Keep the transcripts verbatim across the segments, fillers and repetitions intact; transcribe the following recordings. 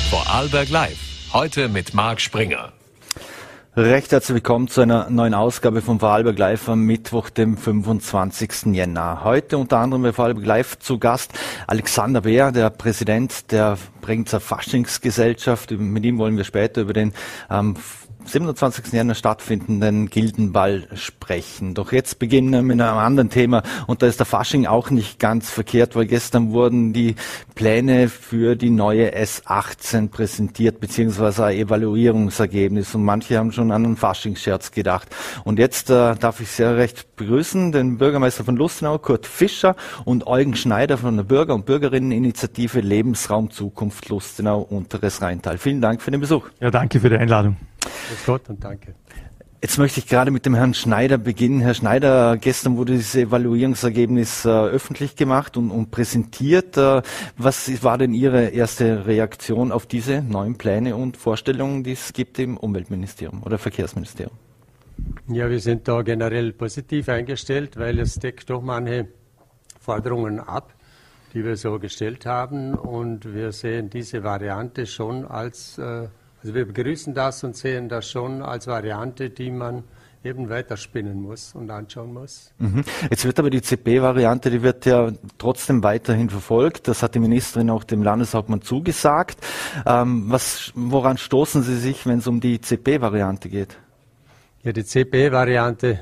Vorarlberg Live. Heute mit Marc Springer. Recht herzlich willkommen zu einer neuen Ausgabe von Vorarlberg Live am Mittwoch, dem fünfundzwanzigsten Jänner. Heute unter anderem bei Vorarlberg Live zu Gast Alexander Beer, der Präsident der Bregenzer Faschingsgesellschaft. Mit ihm wollen wir später über den ähm, siebenundzwanzigsten Jänner stattfindenden Gildenball sprechen. Doch jetzt beginnen wir mit einem anderen Thema und da ist der Fasching auch nicht ganz verkehrt, weil gestern wurden die Pläne für die neue S achtzehn präsentiert, beziehungsweise ein Evaluierungsergebnis und manche haben schon an einen Faschingsscherz gedacht. Und jetzt äh, darf ich sehr recht begrüßen den Bürgermeister von Lustenau, Kurt Fischer, und Eugen Schneider von der Bürger- und Bürgerinneninitiative Lebensraum Zukunft Lustenau Unteres Rheintal. Vielen Dank für den Besuch. Ja, danke für die Einladung. Grüß Gott und danke. Jetzt möchte ich gerade mit dem Herrn Schneider beginnen. Herr Schneider, gestern wurde dieses Evaluierungsergebnis äh, öffentlich gemacht und, und präsentiert. Äh, was war denn Ihre erste Reaktion auf diese neuen Pläne und Vorstellungen, die es gibt im Umweltministerium oder Verkehrsministerium? Ja, wir sind da generell positiv eingestellt, weil es deckt doch manche Forderungen ab, die wir so gestellt haben. Und wir sehen diese Variante schon als... Äh, Also wir begrüßen das und sehen das schon als Variante, die man eben weiterspinnen muss und anschauen muss. Mhm. Jetzt wird aber die C P-Variante, die wird ja trotzdem weiterhin verfolgt. Das hat die Ministerin auch dem Landeshauptmann zugesagt. Ähm, was, woran stoßen Sie sich, wenn es um die C P-Variante geht? Ja, die C P-Variante,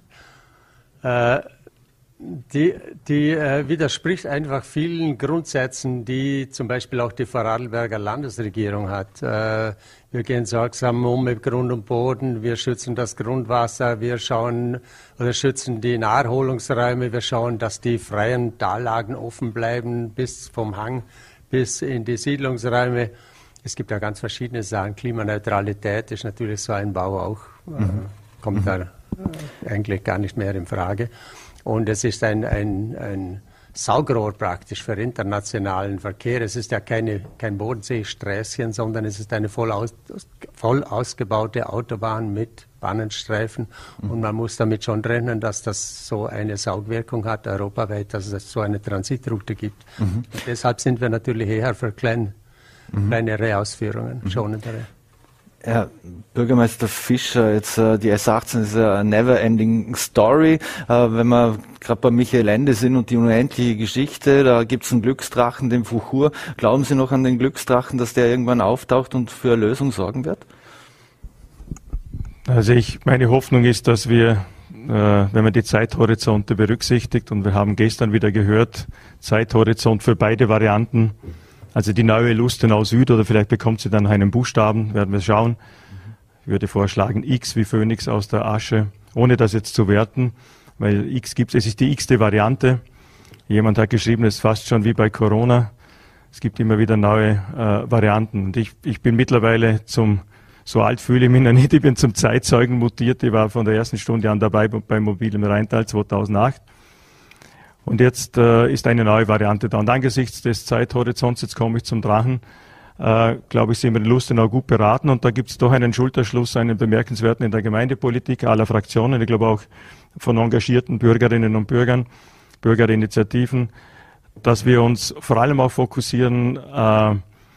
äh, die, die äh, widerspricht einfach vielen Grundsätzen, die zum Beispiel auch die Vorarlberger Landesregierung hat. Äh, wir gehen sorgsam um mit Grund und Boden, wir schützen das Grundwasser, wir schauen oder schützen die Naherholungsräume, wir schauen, dass die freien Tallagen offen bleiben bis vom Hang bis in die Siedlungsräume. Es gibt ja ganz verschiedene Sachen. Klimaneutralität ist natürlich so ein Bau auch, äh, mhm. kommt mhm. da äh, eigentlich gar nicht mehr in Frage. Und es ist ein, ein, ein Saugrohr praktisch für internationalen Verkehr. Es ist ja keine, kein Bodensee-Sträßchen, sondern es ist eine voll, aus, voll ausgebaute Autobahn mit Bahnenstreifen. Mhm. Und man muss damit schon rechnen, dass das so eine Saugwirkung hat, europaweit, dass es so eine Transitroute gibt. Mhm. Und deshalb sind wir natürlich eher für klein, mhm. kleinere Ausführungen, mhm. schonendere. Herr Bürgermeister Fischer, jetzt äh, die S achtzehn ist ja eine never-ending Story. Äh, wenn wir gerade bei Michael Ende sind und die unendliche Geschichte, da gibt es einen Glücksdrachen, den Fuchur. Glauben Sie noch an den Glücksdrachen, dass der irgendwann auftaucht und für eine Lösung sorgen wird? Also ich, meine Hoffnung ist, dass wir, äh, wenn man die Zeithorizonte berücksichtigt, und wir haben gestern wieder gehört, Zeithorizont für beide Varianten, also die neue Lustenau Süd, oder vielleicht bekommt sie dann einen Buchstaben, werden wir schauen. Ich würde vorschlagen X wie Phönix aus der Asche, ohne das jetzt zu werten, weil X gibt es, es ist die x-te Variante. Jemand hat geschrieben, es ist fast schon wie bei Corona. Es gibt immer wieder neue äh, Varianten. Und ich, ich bin mittlerweile zum, so alt fühle ich mich noch nicht, ich bin zum Zeitzeugen mutiert. Ich war von der ersten Stunde an dabei beim Mobilem Rheintal zweitausendacht. Und jetzt äh, ist eine neue Variante da. Und angesichts des Zeithorizonts, jetzt komme ich zum Drachen, äh, glaube ich, sind wir in Lustenau gut beraten. Und da gibt es doch einen Schulterschluss, einen bemerkenswerten in der Gemeindepolitik aller Fraktionen. Ich glaube auch von engagierten Bürgerinnen und Bürgern, Bürgerinitiativen, dass wir uns vor allem auch fokussieren äh,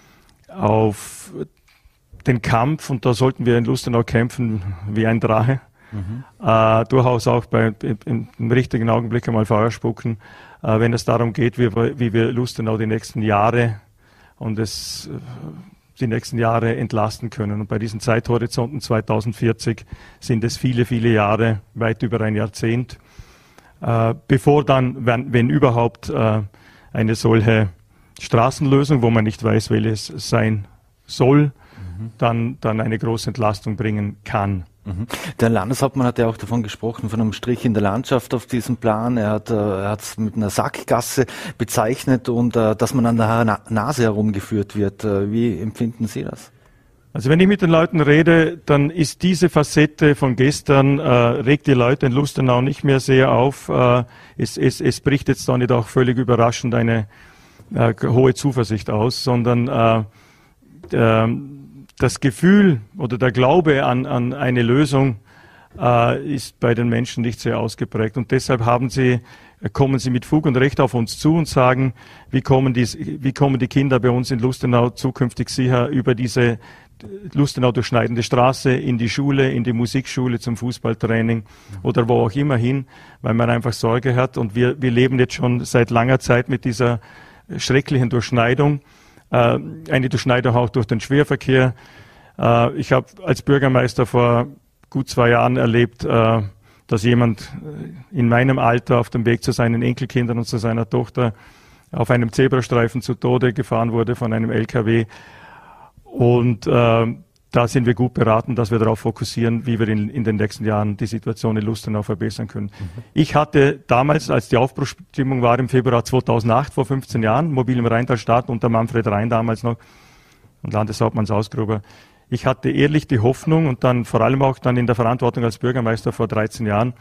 auf den Kampf. Und da sollten wir in Lustenau kämpfen wie ein Drache. Mhm. Äh, durchaus auch bei, im, im richtigen Augenblick einmal Feuer spucken, äh, wenn es darum geht, wie, wie wir Lustenau die nächsten Jahre und es, die nächsten Jahre entlasten können. Und bei diesen Zeithorizonten zweitausendvierzig sind es viele, viele Jahre, weit über ein Jahrzehnt, äh, bevor dann, wenn, wenn überhaupt, äh, eine solche Straßenlösung, wo man nicht weiß, welches es sein soll, mhm. dann, dann eine große Entlastung bringen kann. Der Landeshauptmann hat ja auch davon gesprochen, von einem Strich in der Landschaft auf diesem Plan. Er hat es mit einer Sackgasse bezeichnet und äh, dass man an der Na- Nase herumgeführt wird. Äh, wie empfinden Sie das? Also wenn ich mit den Leuten rede, dann ist diese Facette von gestern, äh, regt die Leute in Lustenau nicht mehr sehr auf. Äh, es, es, es bricht jetzt da nicht auch völlig überraschend eine äh, hohe Zuversicht aus, sondern äh, äh, das Gefühl oder der Glaube an, an eine Lösung äh, ist bei den Menschen nicht sehr ausgeprägt. Und deshalb haben sie kommen sie mit Fug und Recht auf uns zu und sagen, wie kommen die, wie kommen die Kinder bei uns in Lustenau zukünftig sicher über diese Lustenau durchschneidende Straße in die Schule, in die Musikschule, zum Fußballtraining oder wo auch immer hin, weil man einfach Sorge hat. Und wir, wir leben jetzt schon seit langer Zeit mit dieser schrecklichen Durchschneidung, äh, eine Durchschneidung auch durch den Schwerverkehr. Äh, ich habe als Bürgermeister vor gut zwei Jahren erlebt, äh, dass jemand in meinem Alter auf dem Weg zu seinen Enkelkindern und zu seiner Tochter auf einem Zebrastreifen zu Tode gefahren wurde von einem L K W. Und äh, da sind wir gut beraten, dass wir darauf fokussieren, wie wir in, in den nächsten Jahren die Situation in Lustenau verbessern können. Mhm. Ich hatte damals, als die Aufbruchsstimmung war im Februar zweitausendacht, vor fünfzehn Jahren, mobil im Rheintal starten unter Manfred Rhein damals noch und Landeshauptmann Sausgruber. Ich hatte ehrlich die Hoffnung und dann vor allem auch dann in der Verantwortung als Bürgermeister vor dreizehn Jahren,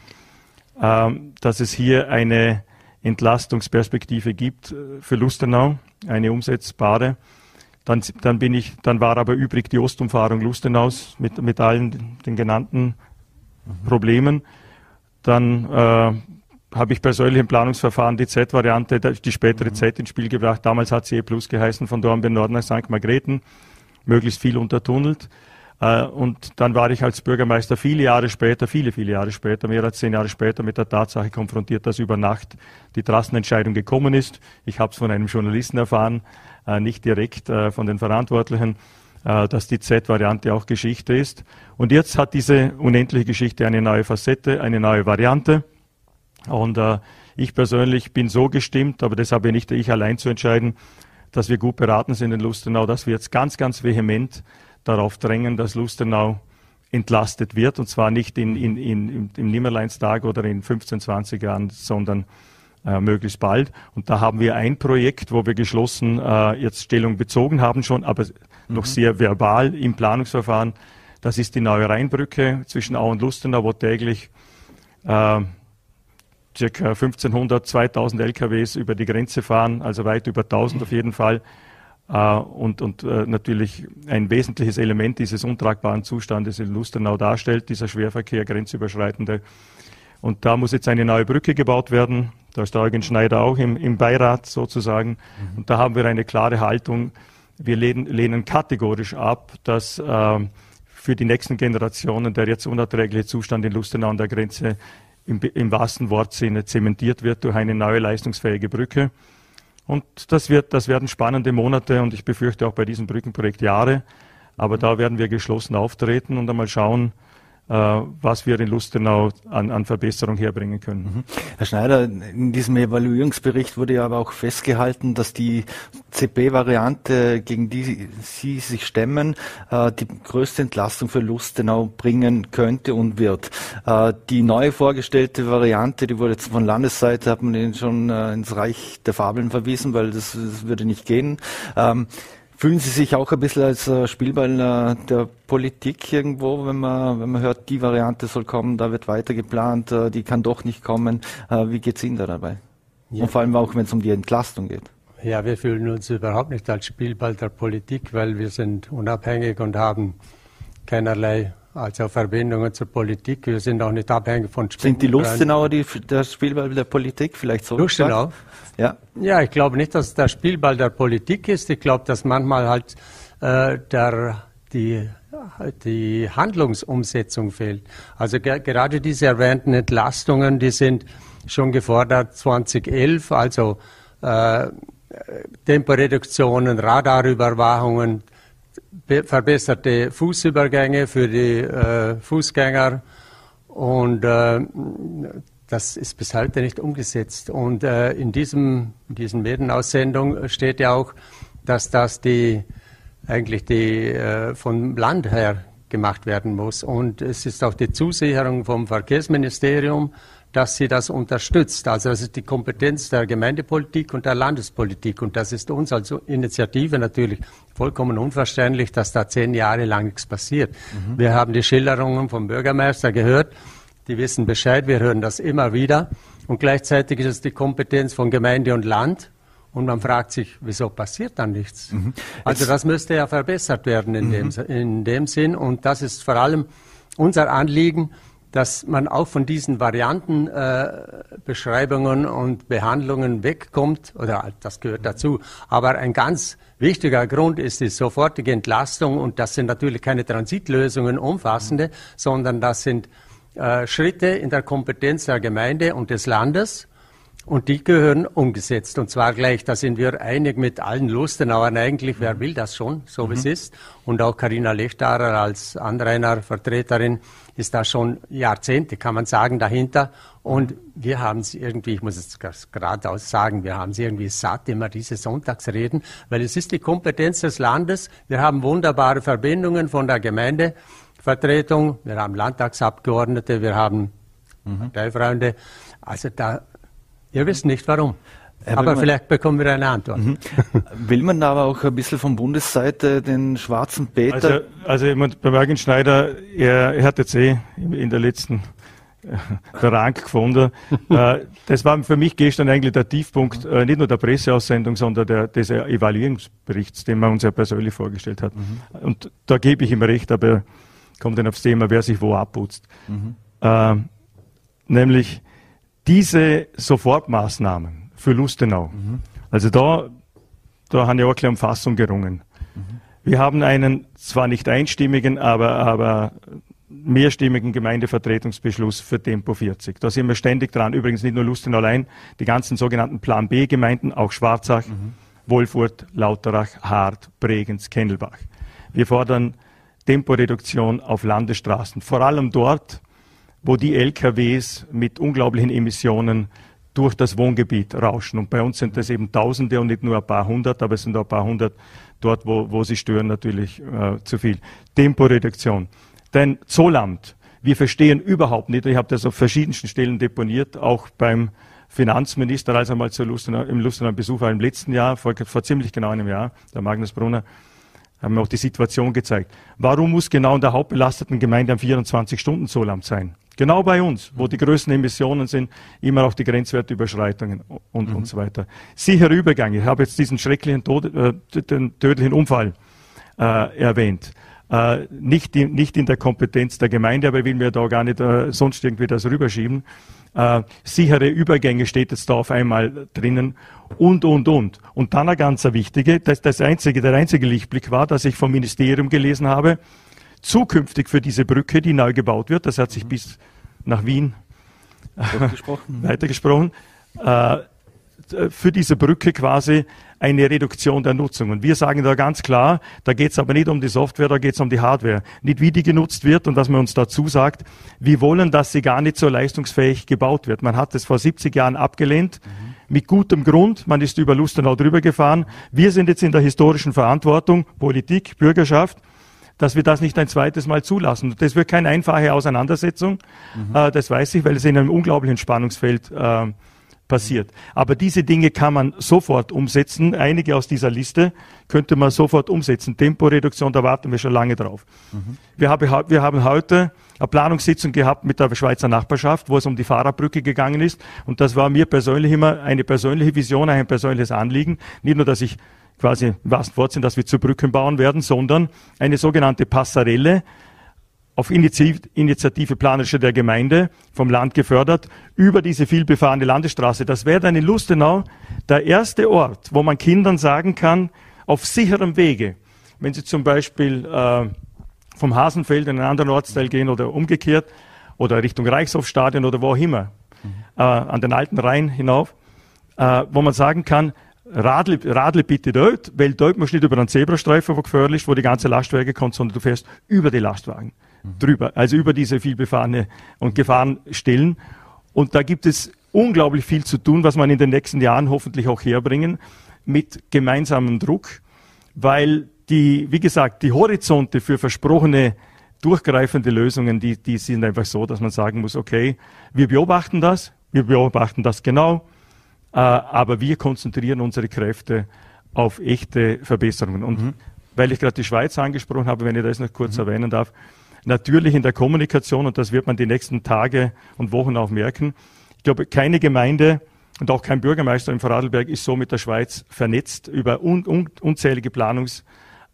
ähm, dass es hier eine Entlastungsperspektive gibt für Lustenau, eine umsetzbare. Dann, dann bin ich, dann war aber übrig die Ostumfahrung Lustenaus mit, mit allen den genannten Problemen. Dann äh, habe ich persönlich im Planungsverfahren die Z-Variante, die spätere Z ins Spiel gebracht. Damals hat sie E Plus geheißen, von Dornbirn Norden nach Sankt Margrethen. Möglichst viel untertunnelt. Äh, und dann war ich als Bürgermeister viele Jahre später, viele, viele Jahre später, mehr als zehn Jahre später mit der Tatsache konfrontiert, dass über Nacht die Trassenentscheidung gekommen ist. Ich habe es von einem Journalisten erfahren, äh, nicht direkt äh, von den Verantwortlichen, äh, dass die Z-Variante auch Geschichte ist. Und jetzt hat diese unendliche Geschichte eine neue Facette, eine neue Variante. Und äh, ich persönlich bin so gestimmt, aber das habe nicht ich allein zu entscheiden, dass wir gut beraten sind in Lustenau, dass wir jetzt ganz, ganz vehement darauf drängen, dass Lustenau entlastet wird. Und zwar nicht in, in, in, im Nimmerleinstag oder in fünfzehn, zwanzig Jahren, sondern äh, möglichst bald. Und da haben wir ein Projekt, wo wir geschlossen äh, jetzt Stellung bezogen haben schon, aber mhm. noch sehr verbal im Planungsverfahren. Das ist die neue Rheinbrücke zwischen Au und Lustenau, wo täglich äh, circa fünfzehnhundert, zweitausend L K Ws über die Grenze fahren, also weit über tausend auf jeden Fall. Äh, und und äh, natürlich ein wesentliches Element dieses untragbaren Zustandes in Lustenau darstellt, dieser Schwerverkehr, grenzüberschreitende. Und da muss jetzt eine neue Brücke gebaut werden. Da ist der Eugen Schneider auch im, im Beirat sozusagen. Mhm. Und da haben wir eine klare Haltung. Wir lehnen, lehnen kategorisch ab, dass äh, für die nächsten Generationen der jetzt unerträgliche Zustand in Lustenau an der Grenze Im, im wahrsten Wortsinne zementiert wird durch eine neue leistungsfähige Brücke. Und das wird, das werden spannende Monate und ich befürchte auch bei diesem Brückenprojekt Jahre. Aber da werden wir geschlossen auftreten und einmal schauen, äh, was wir in Lustenau an, an Verbesserung herbringen können. Mhm. Herr Schneider, in diesem Evaluierungsbericht wurde ja aber auch festgehalten, dass die C P-Variante, gegen die Sie sich stemmen, äh, die größte Entlastung für Lustenau bringen könnte und wird. Äh, die neu vorgestellte Variante, die wurde jetzt von Landesseite, hat man den schon äh, ins Reich der Fabeln verwiesen, weil das, das würde nicht gehen. Ähm, Fühlen Sie sich auch ein bisschen als äh, Spielball äh, der Politik irgendwo, wenn man, wenn man hört, die Variante soll kommen, da wird weiter geplant, äh, die kann doch nicht kommen. Äh, wie geht es Ihnen da dabei? Ja. Und vor allem auch, wenn es um die Entlastung geht. Ja, wir fühlen uns überhaupt nicht als Spielball der Politik, weil wir sind unabhängig und haben keinerlei also Verbindungen zur Politik. Wir sind auch nicht abhängig von Spenden. Sind die Lustenauer die, der Spielball der Politik vielleicht so? Lustenau? Ja. Ja, ich glaube nicht, dass der Spielball der Politik ist. Ich glaube, dass manchmal halt äh, der, die, die Handlungsumsetzung fehlt. Also ge gerade diese erwähnten Entlastungen, die sind schon gefordert zweitausendelf, also äh, Temporeduktionen, Radarüberwachungen, verbesserte Fußübergänge für die äh, Fußgänger und äh, das ist bis heute nicht umgesetzt. Und äh, in diesem, in diesen Medienaussendung steht ja auch, dass das die eigentlich die äh, vom Land her gemacht werden muss. Und es ist auch die Zusicherung vom Verkehrsministerium, dass sie das unterstützt. Also das ist die Kompetenz der Gemeindepolitik und der Landespolitik. Und das ist uns als Initiative natürlich vollkommen unverständlich, dass da zehn Jahre lang nichts passiert. Mhm. Wir haben die Schilderungen vom Bürgermeister gehört. Die wissen Bescheid, wir hören das immer wieder. Und gleichzeitig ist es die Kompetenz von Gemeinde und Land. Und man fragt sich, wieso passiert dann nichts? Mhm. Also das müsste ja verbessert werden in, mhm. dem, in dem Sinn. Und das ist vor allem unser Anliegen, dass man auch von diesen Variantenbeschreibungen äh, und Behandlungen wegkommt, oder das gehört dazu. Aber ein ganz wichtiger Grund ist die sofortige Entlastung, und das sind natürlich keine Transitlösungen umfassende, sondern das sind äh, Schritte in der Kompetenz der Gemeinde und des Landes, und die gehören umgesetzt. Und zwar gleich, da sind wir einig mit allen Lustenauern eigentlich, wer will das schon, so mhm. wie es ist. Und auch Carina Lechtarer als Anrainervertreterin ist da schon Jahrzehnte, kann man sagen, dahinter. Und wir haben sie irgendwie, ich muss es geradeaus sagen, wir haben sie irgendwie satt, immer diese Sonntagsreden, weil es ist die Kompetenz des Landes. Wir haben wunderbare Verbindungen von der Gemeindevertretung, wir haben Landtagsabgeordnete, wir haben mhm. Parteifreunde. Also da, ihr wisst nicht warum. Herr aber Willmann, vielleicht bekommen wir eine Antwort. Mhm. Will man aber auch ein bisschen von Bundesseite den schwarzen Peter... Also, also ich meine, bei Eugen Schneider, er, er hat jetzt eh in der letzten Rang gefunden. äh, das war für mich gestern eigentlich der Tiefpunkt, äh, nicht nur der Presseaussendung, sondern der, des Evaluierungsberichts, den man uns ja persönlich vorgestellt hat. Mhm. Und da gebe ich ihm recht, aber kommt dann aufs Thema, wer sich wo abputzt. Mhm. Äh, nämlich diese Sofortmaßnahmen für Lustenau. Mhm. Also da, da haben ja auch gleich um Fassung gerungen. Mhm. Wir haben einen zwar nicht einstimmigen, aber, aber mehrstimmigen Gemeindevertretungsbeschluss für Tempo vierzig. Da sind wir ständig dran. Übrigens nicht nur Lustenau allein, die ganzen sogenannten Plan B Gemeinden, auch Schwarzach, mhm. Wolfurt, Lauterach, Hart, Bregenz, Kennelbach. Wir fordern Temporeduktion auf Landesstraßen, vor allem dort, wo die L K Ws mit unglaublichen Emissionen durch das Wohngebiet rauschen. Und bei uns sind das eben Tausende und nicht nur ein paar hundert, aber es sind auch ein paar hundert dort, wo, wo sie stören, natürlich äh, zu viel. Temporeduktion. Denn Zollamt, wir verstehen überhaupt nicht, ich habe das auf verschiedensten Stellen deponiert, auch beim Finanzminister, als er mal zu Lustenau, im Lustenau Besuch war im letzten Jahr, vor, vor ziemlich genau einem Jahr, der Magnus Brunner, haben wir auch die Situation gezeigt. Warum muss genau in der hauptbelasteten Gemeinde ein vierundzwanzig-Stunden-Zollamt sein? Genau bei uns, wo die größten Emissionen sind, immer auch die Grenzwertüberschreitungen und, mhm. und so weiter. Sichere Übergänge. Ich habe jetzt diesen schrecklichen Tod, äh, den tödlichen Unfall äh, erwähnt. Äh, nicht, in, nicht in der Kompetenz der Gemeinde, aber ich will mir da gar nicht äh, sonst irgendwie das rüberschieben. Äh, sichere Übergänge steht jetzt da auf einmal drinnen und, und, und. Und dann eine ganz wichtige, das, das einzige, der einzige Lichtblick war, dass ich vom Ministerium gelesen habe, zukünftig für diese Brücke, die neu gebaut wird, das hat sich bis nach Wien weitergesprochen, äh, für diese Brücke quasi eine Reduktion der Nutzung. Und wir sagen da ganz klar, da geht es aber nicht um die Software, da geht es um die Hardware. Nicht wie die genutzt wird und was man uns dazu sagt, wir wollen, dass sie gar nicht so leistungsfähig gebaut wird. Man hat es vor siebzig Jahren abgelehnt, mhm. mit gutem Grund, man ist über Lustenau drüber gefahren. Wir sind jetzt in der historischen Verantwortung, Politik, Bürgerschaft, dass wir das nicht ein zweites Mal zulassen. Das wird keine einfache Auseinandersetzung, mhm. äh, das weiß ich, weil es in einem unglaublichen Spannungsfeld äh, passiert. Aber diese Dinge kann man sofort umsetzen. Einige aus dieser Liste könnte man sofort umsetzen. Temporeduktion, da warten wir schon lange drauf. Mhm. Wir, haben, wir haben heute eine Planungssitzung gehabt mit der Schweizer Nachbarschaft, wo es um die Fahrradbrücke gegangen ist. Und das war mir persönlich immer eine persönliche Vision, ein persönliches Anliegen. Nicht nur, dass ich quasi im wahrsten Wortsinn, dass wir zu Brücken bauen werden, sondern eine sogenannte Passarelle auf Initiative Planerische der Gemeinde, vom Land gefördert, über diese vielbefahrene Landesstraße. Das wäre dann in Lustenau der erste Ort, wo man Kindern sagen kann, auf sicherem Wege, wenn sie zum Beispiel äh, vom Hasenfeld in einen anderen Ortsteil gehen oder umgekehrt oder Richtung Reichshofstadion oder wo auch immer, mhm. äh, an den alten Rhein hinauf, äh, wo man sagen kann, Radle, Radle bitte dort, weil dort musst du nicht über einen Zebrastreifen, wo gefährlich ist, wo die ganze Lastwagen kommt, sondern du fährst über die Lastwagen mhm. drüber, also über diese vielbefahrene und Gefahrenstellen. Und da gibt es unglaublich viel zu tun, was man in den nächsten Jahren hoffentlich auch herbringen, mit gemeinsamem Druck, weil die, wie gesagt, die Horizonte für versprochene durchgreifende Lösungen, die, die sind einfach so, dass man sagen muss, okay, wir beobachten das, wir beobachten das genau, äh, aber wir konzentrieren unsere Kräfte auf echte Verbesserungen. Und mhm. weil ich gerade die Schweiz angesprochen habe, wenn ich das noch kurz mhm. erwähnen darf, natürlich in der Kommunikation, und das wird man die nächsten Tage und Wochen auch merken, ich glaube, keine Gemeinde und auch kein Bürgermeister in Vorarlberg ist so mit der Schweiz vernetzt über un, un, unzählige Planungs-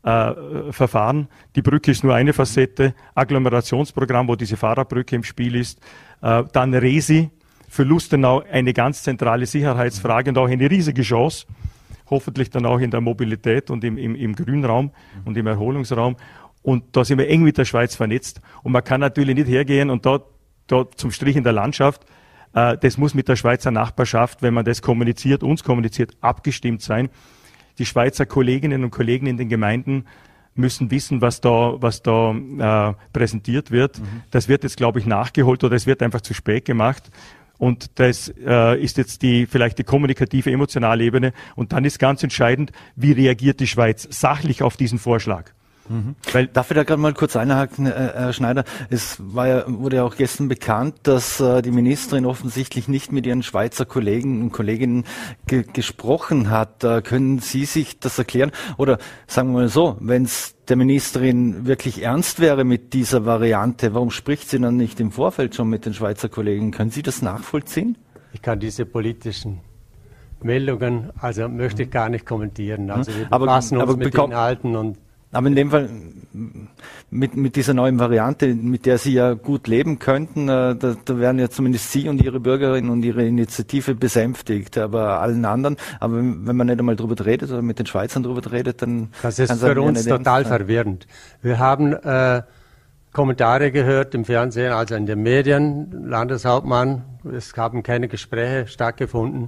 äh, Verfahren. Die Brücke ist nur eine Facette, Agglomerationsprogramm, wo diese Fahrradbrücke im Spiel ist, äh, dann Resi, für Lustenau eine ganz zentrale Sicherheitsfrage und auch eine riesige Chance, hoffentlich dann auch in der Mobilität und im, im, im Grünraum und im Erholungsraum. Und da sind wir eng mit der Schweiz vernetzt. Und man kann natürlich nicht hergehen und da, da zum Strich in der Landschaft, äh, das muss mit der Schweizer Nachbarschaft, wenn man das kommuniziert, uns kommuniziert, abgestimmt sein. Die Schweizer Kolleginnen und Kollegen in den Gemeinden müssen wissen, was da, was da äh, präsentiert wird. Mhm. Das wird jetzt, glaube ich, nachgeholt oder es wird einfach zu spät gemacht. Und das äh, ist jetzt die vielleicht die kommunikative, emotionale Ebene. Und dann ist ganz entscheidend, wie reagiert die Schweiz sachlich auf diesen Vorschlag. Mhm. Weil, darf ich da gerade mal kurz einhaken, Herr Schneider? Es war ja, wurde ja auch gestern bekannt, dass äh, die Ministerin offensichtlich nicht mit ihren Schweizer Kollegen und Kolleginnen ge- gesprochen hat. Äh, können Sie sich das erklären? Oder sagen wir mal so, wenn es der Ministerin wirklich ernst wäre mit dieser Variante, warum spricht sie dann nicht im Vorfeld schon mit den Schweizer Kollegen? Können Sie das nachvollziehen? Ich kann diese politischen Meldungen, also möchte ich gar nicht kommentieren. Also wir aber, befassen uns aber mit bekommt, Inhalten und aber in dem Fall mit, mit dieser neuen Variante, mit der Sie ja gut leben könnten, äh, da, da werden ja zumindest Sie und Ihre Bürgerinnen und Ihre Initiative besänftigt, aber allen anderen, aber wenn man nicht einmal drüber redet oder mit den Schweizern drüber redet, dann... Das ist für uns total verwirrend. Wir haben äh, Kommentare gehört im Fernsehen, also in den Medien, Landeshauptmann, es haben keine Gespräche stattgefunden.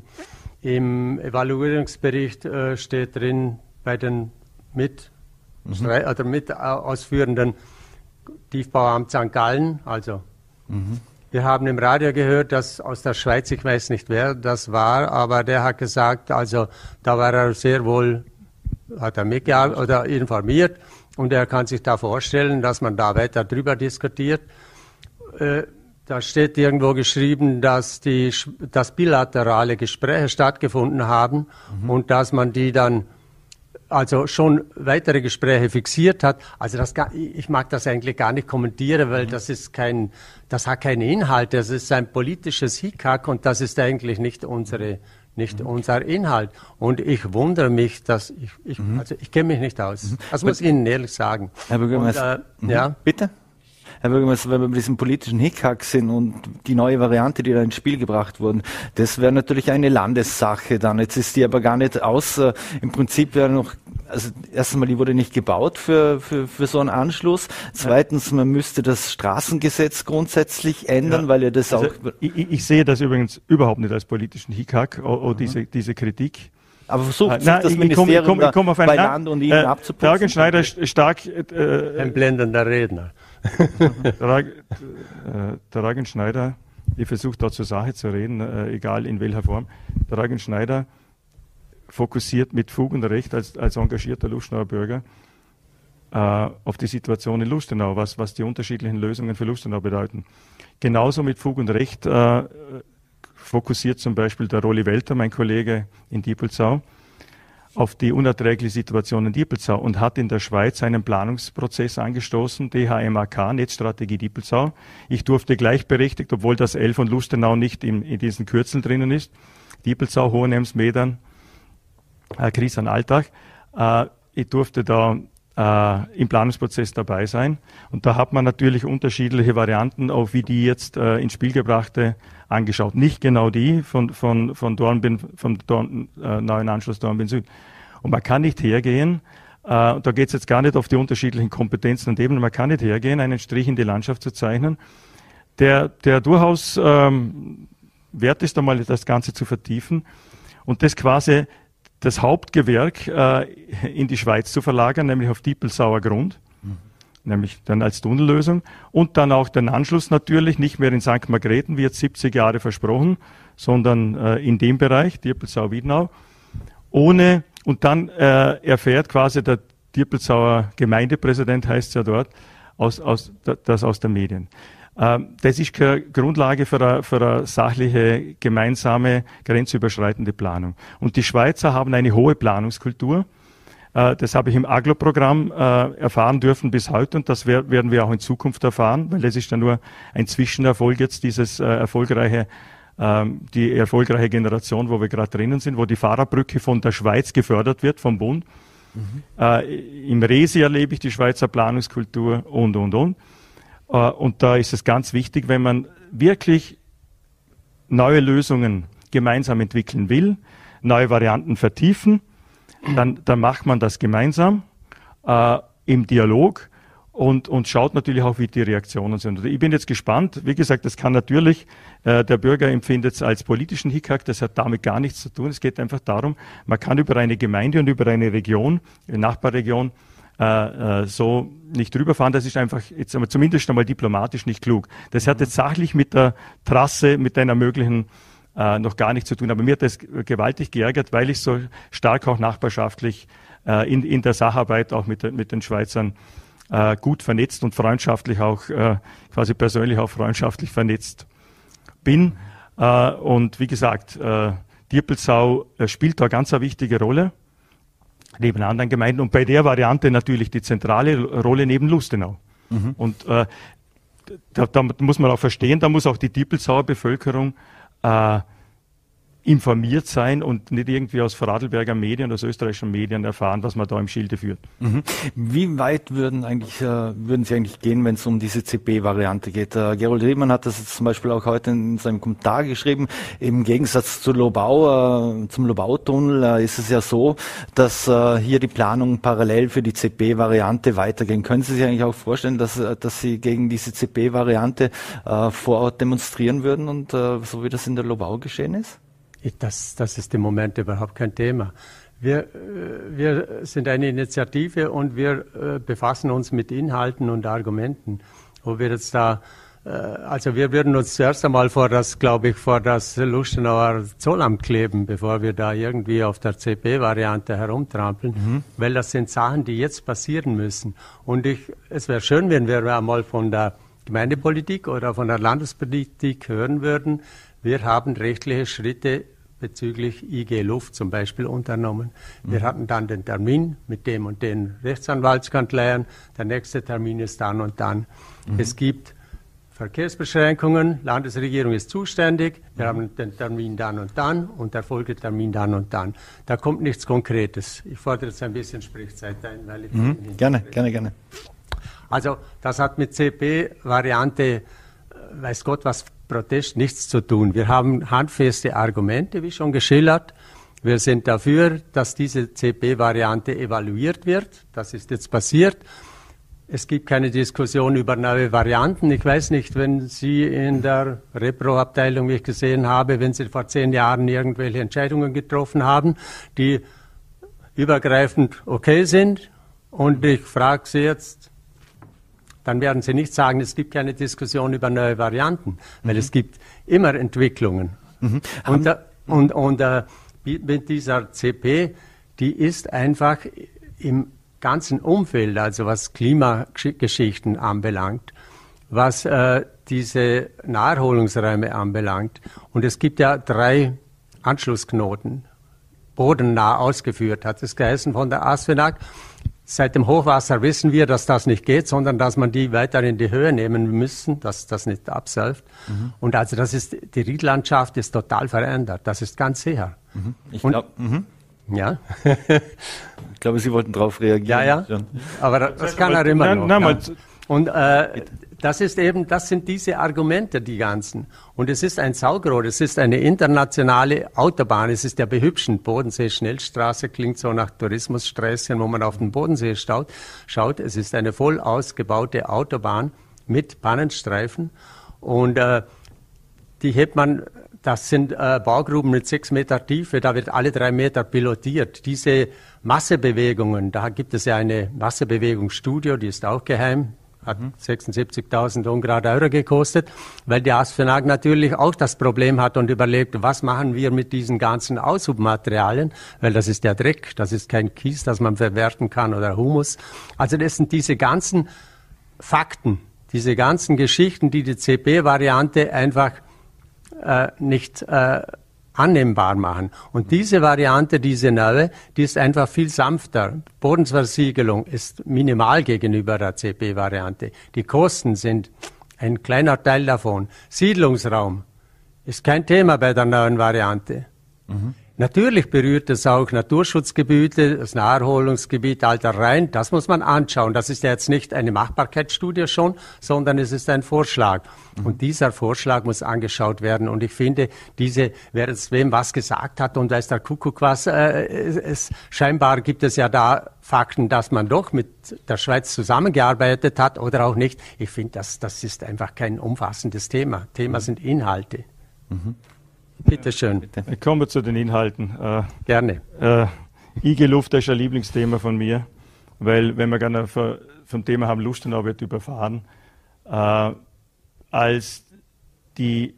Im Evaluierungsbericht äh, steht drin, bei den mit Mhm. oder mit ausführenden Tiefbauamt Sankt Gallen. Also mhm. wir haben im Radio gehört, dass aus der Schweiz, ich weiß nicht wer das war, aber der hat gesagt, also da war er sehr wohl, hat er mitgearbeitet oder informiert und er kann sich da vorstellen, dass man da weiter drüber diskutiert. Äh, da steht irgendwo geschrieben, dass die dass bilaterale Gespräche stattgefunden haben mhm. und dass man die dann also schon weitere Gespräche fixiert hat. Also das, ich mag das eigentlich gar nicht kommentieren, weil das ist kein, das hat keinen Inhalt. Das ist ein politisches Hickhack und das ist eigentlich nicht unsere, nicht mhm. unser Inhalt. Und ich wundere mich, dass ich, ich mhm. also ich kenne mich nicht aus. Mhm. Das muss ich Ihnen ehrlich sagen. Herr Bürgermeister, und, äh, ja, bitte. Herr Bürgermeister, wenn wir bei diesem politischen Hickhack sind und die neue Variante, die da ins Spiel gebracht wurde, das wäre natürlich eine Landessache dann. Jetzt ist die aber gar nicht aus. Äh, Im Prinzip wäre noch, also erstens mal, die wurde nicht gebaut für, für, für so einen Anschluss. Zweitens, man müsste das Straßengesetz grundsätzlich ändern, ja, weil ja das also auch... Ich, ich sehe das übrigens überhaupt nicht als politischen Hickhack, oder mhm. diese, diese Kritik. Aber versucht ah, nein, das ich Ministerium komm, ich komm, ich komm bei einen, Land und Ihnen äh, abzuputzen? Der Hagenschneider stark... Äh, Ein blendender Redner. der, der Hagenschneider, ich versuche da zur Sache zu reden, äh, egal in welcher Form. Der Hagenschneider fokussiert mit Fug und Recht als, als engagierter Lustenauer Bürger äh, auf die Situation in Lustenau, was, was die unterschiedlichen Lösungen für Lustenau bedeuten. Genauso mit Fug und Recht äh, fokussiert zum Beispiel der Rolli Welter, mein Kollege in Diepelsau, auf die unerträgliche Situation in Diepelsau und hat in der Schweiz einen Planungsprozess angestoßen, D H M A K, Netzstrategie Diepelsau. Ich durfte gleichberechtigt, obwohl das L von Lustenau nicht in, in diesen Kürzeln drinnen ist, Diepelsau, Hohenems, Medern, äh, Griesheim, Altach, äh, ich durfte da äh, im Planungsprozess dabei sein. Und da hat man natürlich unterschiedliche Varianten, auch wie die jetzt äh, ins Spiel gebrachte, angeschaut. Nicht genau die von, von, von Dornbirn, vom Dorn, äh, neuen Anschluss Dornbirn Süd. Und man kann nicht hergehen, äh, da geht es jetzt gar nicht auf die unterschiedlichen Kompetenzen und Ebenen, man kann nicht hergehen, einen Strich in die Landschaft zu zeichnen, der, der durchaus ähm, wert ist, einmal das Ganze zu vertiefen und das quasi das Hauptgewerk äh, in die Schweiz zu verlagern, nämlich auf Diepelsauer Grund. Nämlich dann als Tunnellösung und dann auch den Anschluss natürlich, nicht mehr in Sankt Margrethen, wie jetzt siebzig Jahre versprochen, sondern äh, in dem Bereich, Diepelsau-Wiedenau, ohne, und dann äh, erfährt quasi der Diepelsauer Gemeindepräsident, heißt es ja dort, aus, aus, das aus den Medien. Ähm, das ist keine Grundlage für eine, für eine sachliche, gemeinsame, grenzüberschreitende Planung. Und die Schweizer haben eine hohe Planungskultur. Das habe ich im Aglo-Programm äh, erfahren dürfen bis heute und das wer- werden wir auch in Zukunft erfahren, weil das ist ja nur ein Zwischenerfolg jetzt, dieses äh, erfolgreiche, ähm, die erfolgreiche Generation, wo wir gerade drinnen sind, wo die Fahrradbrücke von der Schweiz gefördert wird, vom Bund. Mhm. Äh, Im Resi erlebe ich die Schweizer Planungskultur und, und, und. Äh, und da ist es ganz wichtig, wenn man wirklich neue Lösungen gemeinsam entwickeln will, neue Varianten vertiefen, dann, dann macht man das gemeinsam äh, im Dialog und, und schaut natürlich auch, wie die Reaktionen sind. Ich bin jetzt gespannt. Wie gesagt, das kann natürlich, äh, der Bürger empfindet es als politischen Hickhack, das hat damit gar nichts zu tun. Es geht einfach darum, man kann über eine Gemeinde und über eine Region, eine Nachbarregion, äh, äh, so nicht drüberfahren. Das ist einfach jetzt aber zumindest einmal diplomatisch nicht klug. Das hat jetzt sachlich mit der Trasse, mit einer möglichen äh, noch gar nichts zu tun. Aber mir hat das gewaltig geärgert, weil ich so stark auch nachbarschaftlich äh, in, in der Sacharbeit auch mit, mit den Schweizern äh, gut vernetzt und freundschaftlich auch, äh, quasi persönlich auch freundschaftlich vernetzt bin. Äh, und wie gesagt, äh, Diepelsau äh, spielt da ganz eine wichtige Rolle neben anderen Gemeinden und bei der Variante natürlich die zentrale Rolle neben Lustenau. Mhm. Und äh, da, da muss man auch verstehen, da muss auch die Diepelsauer Bevölkerung äh, informiert sein und nicht irgendwie aus Vorarlberger Medien, aus österreichischen Medien erfahren, was man da im Schilde führt. Mhm. Wie weit würden eigentlich, äh, würden Sie eigentlich gehen, wenn es um diese C P-Variante geht? Äh, Gerold Riemann hat das jetzt zum Beispiel auch heute in seinem Kommentar geschrieben. Im Gegensatz zu Lobau, äh, zum Lobautunnel äh, ist es ja so, dass äh, hier die Planungen parallel für die C P-Variante weitergehen. Können Sie sich eigentlich auch vorstellen, dass, dass Sie gegen diese C P-Variante äh, vor Ort demonstrieren würden und äh, so wie das in der Lobau geschehen ist? Das, das ist im Moment überhaupt kein Thema. Wir, wir sind eine Initiative und wir befassen uns mit Inhalten und Argumenten. Wo wir jetzt da, also wir würden uns zuerst einmal vor das, glaube ich, vor das Lustenauer Zollamt kleben, bevor wir da irgendwie auf der C P-Variante herumtrampeln, mhm. weil das sind Sachen, die jetzt passieren müssen. Und ich, es wäre schön, wenn wir einmal von der Gemeindepolitik oder von der Landespolitik hören würden, wir haben rechtliche Schritte bezüglich I G Luft zum Beispiel unternommen. Wir mhm. hatten dann den Termin mit dem und den Rechtsanwaltskanzleien. Der nächste Termin ist dann und dann. Mhm. Es gibt Verkehrsbeschränkungen. Landesregierung ist zuständig. Wir mhm. haben den Termin dann und dann und der Folgetermin dann und dann. Da kommt nichts Konkretes. Ich fordere jetzt ein bisschen Sprechzeit ein, weil ich... Mhm. Gerne, gerne, gerne. Also das hat mit C P-Variante, weiß Gott was, Protest nichts zu tun. Wir haben handfeste Argumente, wie schon geschildert. Wir sind dafür, dass diese C P-Variante evaluiert wird. Das ist jetzt passiert. Es gibt keine Diskussion über neue Varianten. Ich weiß nicht, wenn Sie in der Repro-Abteilung, wie ich gesehen habe, wenn Sie vor zehn Jahren irgendwelche Entscheidungen getroffen haben, die übergreifend okay sind. Und ich frage Sie jetzt, dann werden Sie nicht sagen, es gibt keine Diskussion über neue Varianten, weil mhm. es gibt immer Entwicklungen. Mhm. Und, äh, und, und äh, mit dieser C P, die ist einfach im ganzen Umfeld, also was Klimageschichten anbelangt, was äh, diese Naherholungsräume anbelangt. Und es gibt ja drei Anschlussknoten, bodennah ausgeführt, hat es geheißen von der ASFINAG. Seit dem Hochwasser wissen wir, dass das nicht geht, sondern dass man die weiter in die Höhe nehmen müssen, dass das nicht absäuft. Mhm. Und also das ist, die Riedlandschaft ist total verändert. Das ist ganz sicher. Mhm. Ich glaube, ja. ich glaube, Sie wollten darauf reagieren. Ja, ja. Aber das, das kann er immer noch. Nein, nein, ja. Und äh, das ist eben, das sind diese Argumente, die ganzen. Und es ist ein Saugrohr, es ist eine internationale Autobahn, es ist der behübschen Bodensee-Schnellstraße, klingt so nach Tourismussträßchen, wo man auf den Bodensee schaut. schaut. Es ist eine voll ausgebaute Autobahn mit Pannenstreifen und äh, die hebt man, das sind äh, Baugruben mit sechs Meter Tiefe, da wird alle drei Meter pilotiert. Diese Massebewegungen, da gibt es ja eine Massebewegungsstudio, die ist auch geheim, hat sechsundsiebzigtausend Ungrad Euro gekostet, weil die ASFINAG natürlich auch das Problem hat und überlegt, was machen wir mit diesen ganzen Aushubmaterialien, weil das ist der Dreck, das ist kein Kies, das man verwerten kann oder Humus. Also das sind diese ganzen Fakten, diese ganzen Geschichten, die die C P-Variante einfach äh, nicht äh, annehmbar machen. Und diese Variante, diese neue, die ist einfach viel sanfter. Bodensversiegelung ist minimal gegenüber der C P-Variante. Die Kosten sind ein kleiner Teil davon. Siedlungsraum ist kein Thema bei der neuen Variante. Mhm. Natürlich berührt es auch Naturschutzgebiete, das Naherholungsgebiet Alter Rhein. Das muss man anschauen. Das ist ja jetzt nicht eine Machbarkeitsstudie schon, sondern es ist ein Vorschlag. Mhm. Und dieser Vorschlag muss angeschaut werden. Und ich finde, diese, wer jetzt wem was gesagt hat und weiß der Kuckuck was, äh, es, es, scheinbar gibt es ja da Fakten, dass man doch mit der Schweiz zusammengearbeitet hat oder auch nicht. Ich finde, das, das ist einfach kein umfassendes Thema. Thema mhm. sind Inhalte. Mhm. Bitte schön. Bitte. Kommen wir zu den Inhalten. Äh, Gerne. Äh, I G-Luft ist ein Lieblingsthema von mir, weil, wenn wir gerne vom Thema haben, Lustenau wird überfahren. Äh, als die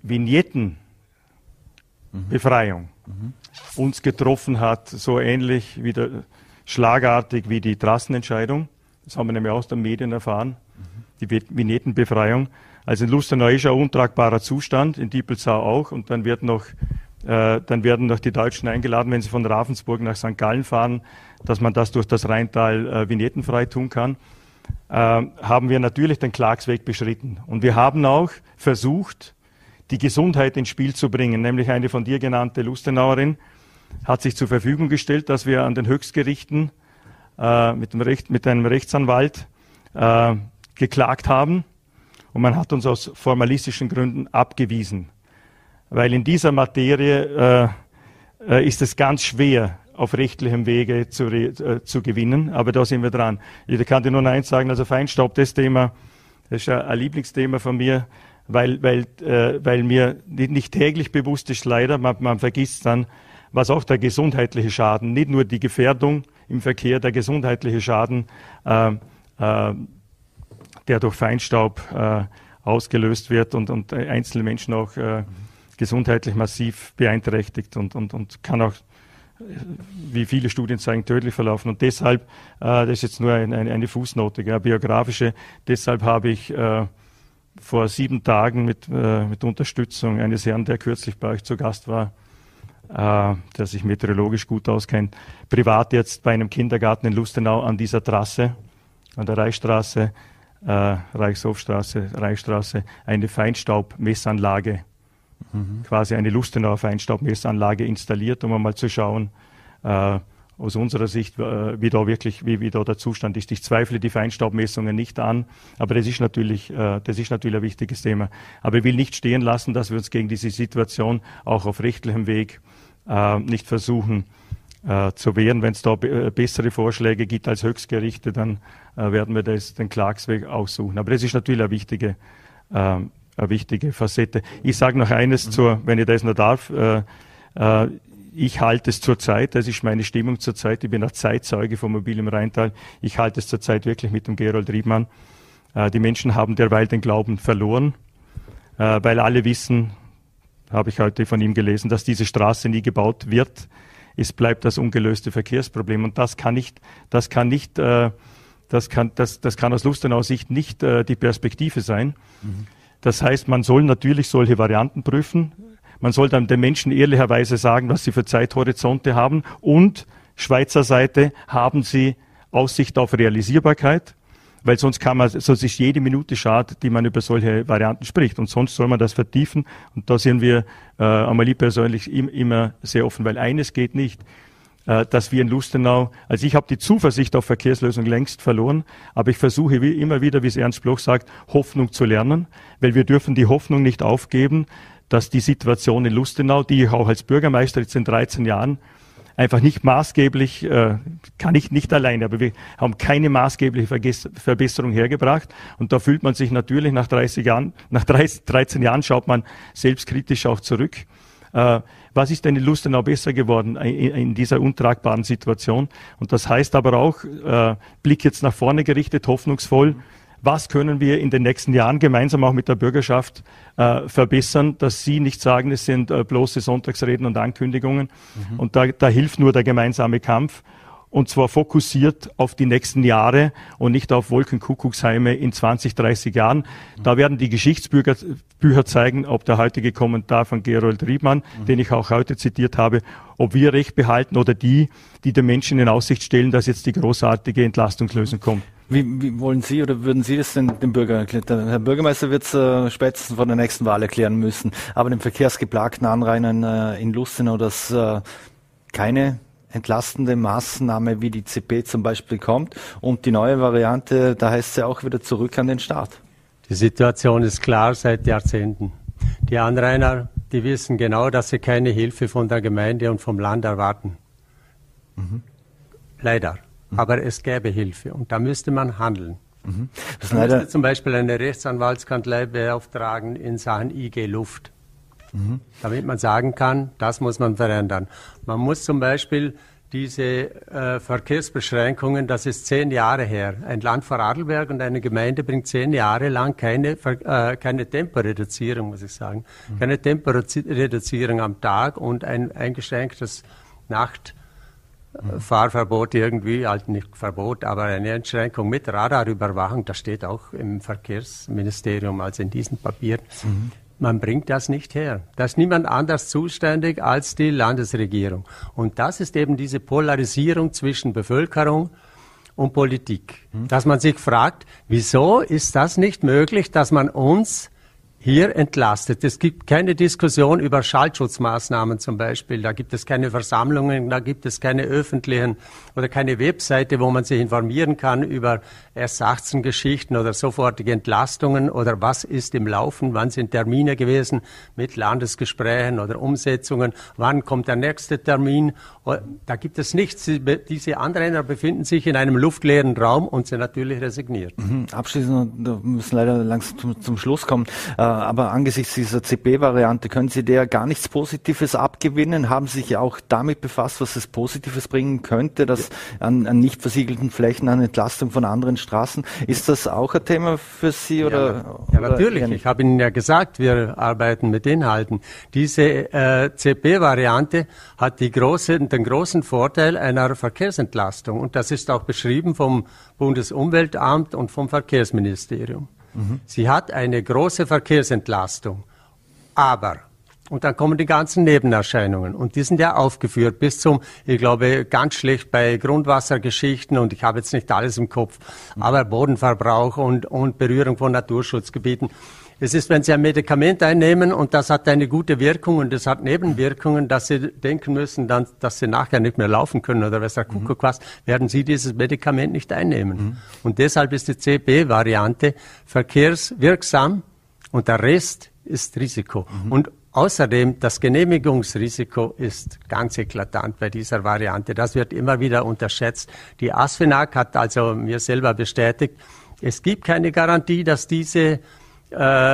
Vignettenbefreiung mhm. uns getroffen hat, so ähnlich wie der, schlagartig wie die Trassenentscheidung, das haben wir nämlich aus den Medien erfahren, mhm. die Vignettenbefreiung. Also in Lustenau ist ein untragbarer Zustand, in Diepelsau auch. Und dann, wird noch, äh, dann werden noch die Deutschen eingeladen, wenn sie von Ravensburg nach Sankt Gallen fahren, dass man das durch das Rheintal äh, vignettenfrei tun kann. Äh, haben wir natürlich den Klagsweg beschritten. Und wir haben auch versucht, die Gesundheit ins Spiel zu bringen. Nämlich eine von dir genannte Lustenauerin hat sich zur Verfügung gestellt, dass wir an den Höchstgerichten äh, mit, dem Recht, mit einem Rechtsanwalt äh, geklagt haben. Und man hat uns aus formalistischen Gründen abgewiesen. Weil in dieser Materie äh, ist es ganz schwer, auf rechtlichem Wege zu, äh, zu gewinnen. Aber da sind wir dran. Ich kann dir nur eins sagen, also Feinstaub, das Thema, das ist ein Lieblingsthema von mir, weil, weil, äh, weil mir nicht täglich bewusst ist, leider, man, man vergisst dann, was auch der gesundheitliche Schaden, nicht nur die Gefährdung im Verkehr, der gesundheitliche Schaden, äh, äh, der durch Feinstaub äh, ausgelöst wird und, und einzelne Menschen auch äh, gesundheitlich massiv beeinträchtigt und, und, und kann auch, wie viele Studien zeigen, tödlich verlaufen. Und deshalb, äh, das ist jetzt nur eine, eine Fußnote, ja, biografische, deshalb habe ich äh, vor sieben Tagen mit, äh, mit Unterstützung eines Herrn, der kürzlich bei euch zu Gast war, äh, der sich meteorologisch gut auskennt, privat jetzt bei einem Kindergarten in Lustenau an dieser Trasse, an der Reichsstraße, Äh, Reichshofstraße, Reichsstraße, eine Feinstaubmessanlage, mhm. quasi eine Lustenauer Feinstaubmessanlage installiert, um einmal zu schauen, äh, aus unserer Sicht, äh, wie da wirklich, wie, wie da der Zustand ist. Ich zweifle die Feinstaubmessungen nicht an, aber das ist natürlich, äh, das ist natürlich ein wichtiges Thema. Aber ich will nicht stehen lassen, dass wir uns gegen diese Situation auch auf rechtlichem Weg äh, nicht versuchen, Äh, zu wehren. Wenn es da be- bessere Vorschläge gibt als Höchstgerichte, dann äh, werden wir das, den Klagsweg aussuchen. Aber das ist natürlich eine wichtige, äh, eine wichtige Facette. Ich sage noch eines, mhm. zur, wenn ich das noch darf. Äh, äh, ich halte es zurzeit, das ist meine Stimmung zurzeit, ich bin ein Zeitzeuge von Mobil im Rheintal, ich halte es zurzeit wirklich mit dem Gerold Riedmann. Äh, die Menschen haben derweil den Glauben verloren, äh, weil alle wissen, habe ich heute von ihm gelesen, dass diese Straße nie gebaut wird. Es bleibt das ungelöste Verkehrsproblem und das kann nicht, das kann nicht, äh, das kann, das, das kann aus Lustenauer Sicht nicht äh, die Perspektive sein. Mhm. Das heißt, man soll natürlich solche Varianten prüfen. Man soll dann den Menschen ehrlicherweise sagen, was sie für Zeithorizonte haben und Schweizer Seite haben sie Aussicht auf Realisierbarkeit. Weil sonst kann man, sonst ist jede Minute schade, die man über solche Varianten spricht. Und sonst soll man das vertiefen. Und da sind wir, äh, Amalie persönlich, im, immer sehr offen. Weil eines geht nicht, äh, dass wir in Lustenau, also ich habe die Zuversicht auf Verkehrslösungen längst verloren, aber ich versuche wie, immer wieder, wie es Ernst Bloch sagt, Hoffnung zu lernen. Weil wir dürfen die Hoffnung nicht aufgeben, dass die Situation in Lustenau, die ich auch als Bürgermeister jetzt in dreizehn Jahren einfach nicht maßgeblich, äh, kann ich nicht alleine, aber wir haben keine maßgebliche Verges- Verbesserung hergebracht. Und da fühlt man sich natürlich nach dreißig Jahren, nach dreißig, dreizehn Jahren schaut man selbstkritisch auch zurück. Äh, was ist denn in Lustenau besser geworden in, in dieser untragbaren Situation? Und das heißt aber auch, äh, Blick jetzt nach vorne gerichtet, hoffnungsvoll, was können wir in den nächsten Jahren gemeinsam auch mit der Bürgerschaft äh, verbessern, dass Sie nicht sagen, es sind äh, bloße Sonntagsreden und Ankündigungen. Mhm. Und da, da hilft nur der gemeinsame Kampf. Und zwar fokussiert auf die nächsten Jahre und nicht auf Wolkenkuckucksheime in zwanzig, dreißig Jahren. Mhm. Da werden die Geschichtsbücher Bücher zeigen, ob der heutige Kommentar von Gerold Riedmann, mhm. den ich auch heute zitiert habe, ob wir Recht behalten oder die, die den Menschen in Aussicht stellen, dass jetzt die großartige Entlastungslösung kommt. Wie, wie wollen Sie oder würden Sie das denn dem Bürger erklären? Der Herr Bürgermeister wird es äh, spätestens vor der nächsten Wahl erklären müssen. Aber den verkehrsgeplagten Anrainern äh, in Lustenau, dass äh, keine entlastende Maßnahme wie die C P zum Beispiel kommt. Und die neue Variante, da heißt es ja auch wieder zurück an den Staat. Die Situation ist klar seit Jahrzehnten. Die Anrainer, die wissen genau, dass sie keine Hilfe von der Gemeinde und vom Land erwarten. Mhm. Leider. Mhm. Aber es gäbe Hilfe und da müsste man handeln. Mhm. Das man müsste zum Beispiel eine Rechtsanwaltskanzlei beauftragen in Sachen I G Luft. Mhm. Damit man sagen kann, das muss man verändern. Man muss zum Beispiel diese äh, Verkehrsbeschränkungen, das ist zehn Jahre her. Ein Land Vorarlberg und eine Gemeinde bringt zehn Jahre lang keine, äh, keine Temporeduzierung, muss ich sagen. Mhm. Keine Temporeduzierung am Tag und ein eingeschränktes Nachtfahrverbot irgendwie, halt nicht Verbot, aber eine Einschränkung mit Radarüberwachung. Das steht auch im Verkehrsministerium, also in diesen Papieren. Mhm. Man bringt das nicht her. Da ist niemand anders zuständig als die Landesregierung. Und das ist eben diese Polarisierung zwischen Bevölkerung und Politik. Hm. Dass man sich fragt, wieso ist das nicht möglich, dass man uns hier entlastet. Es gibt keine Diskussion über Schallschutzmaßnahmen zum Beispiel. Da gibt es keine Versammlungen, da gibt es keine öffentlichen oder keine Webseite, wo man sich informieren kann über S achtzehn Geschichten oder sofortige Entlastungen oder was ist im Laufen, wann sind Termine gewesen mit Landesgesprächen oder Umsetzungen, wann kommt der nächste Termin. Da gibt es nichts. Diese Anrainer befinden sich in einem luftleeren Raum und sind natürlich resigniert. Mhm. Abschließend, wir müssen leider langsam zum, zum Schluss kommen. Aber angesichts dieser C P-Variante können Sie der gar nichts Positives abgewinnen? Haben Sie sich auch damit befasst, was es Positives bringen könnte, dass an, an nicht versiegelten Flächen, an Entlastung von anderen Straßen? Ist das auch ein Thema für Sie? Oder, ja, ja oder natürlich. Ich habe Ihnen ja gesagt, wir arbeiten mit Inhalten. Diese äh, C P-Variante hat die große, den großen Vorteil einer Verkehrsentlastung. Und das ist auch beschrieben vom Bundesumweltamt und vom Verkehrsministerium. Mhm. Sie hat eine große Verkehrsentlastung, aber, und dann kommen die ganzen Nebenerscheinungen und die sind ja aufgeführt bis zum, ich glaube, ganz schlecht bei Grundwassergeschichten und ich habe jetzt nicht alles im Kopf, mhm. aber Bodenverbrauch und, und Berührung von Naturschutzgebieten. Es ist, wenn Sie ein Medikament einnehmen und das hat eine gute Wirkung und es hat Nebenwirkungen, dass Sie denken müssen, dann, dass Sie nachher nicht mehr laufen können oder was der Kuckuck was, werden Sie dieses Medikament nicht einnehmen. Mhm. Und deshalb ist die C P-Variante verkehrswirksam und der Rest ist Risiko. Mhm. Und außerdem, das Genehmigungsrisiko ist ganz eklatant bei dieser Variante. Das wird immer wieder unterschätzt. Die ASFINAG hat also mir selber bestätigt, es gibt keine Garantie, dass diese Äh,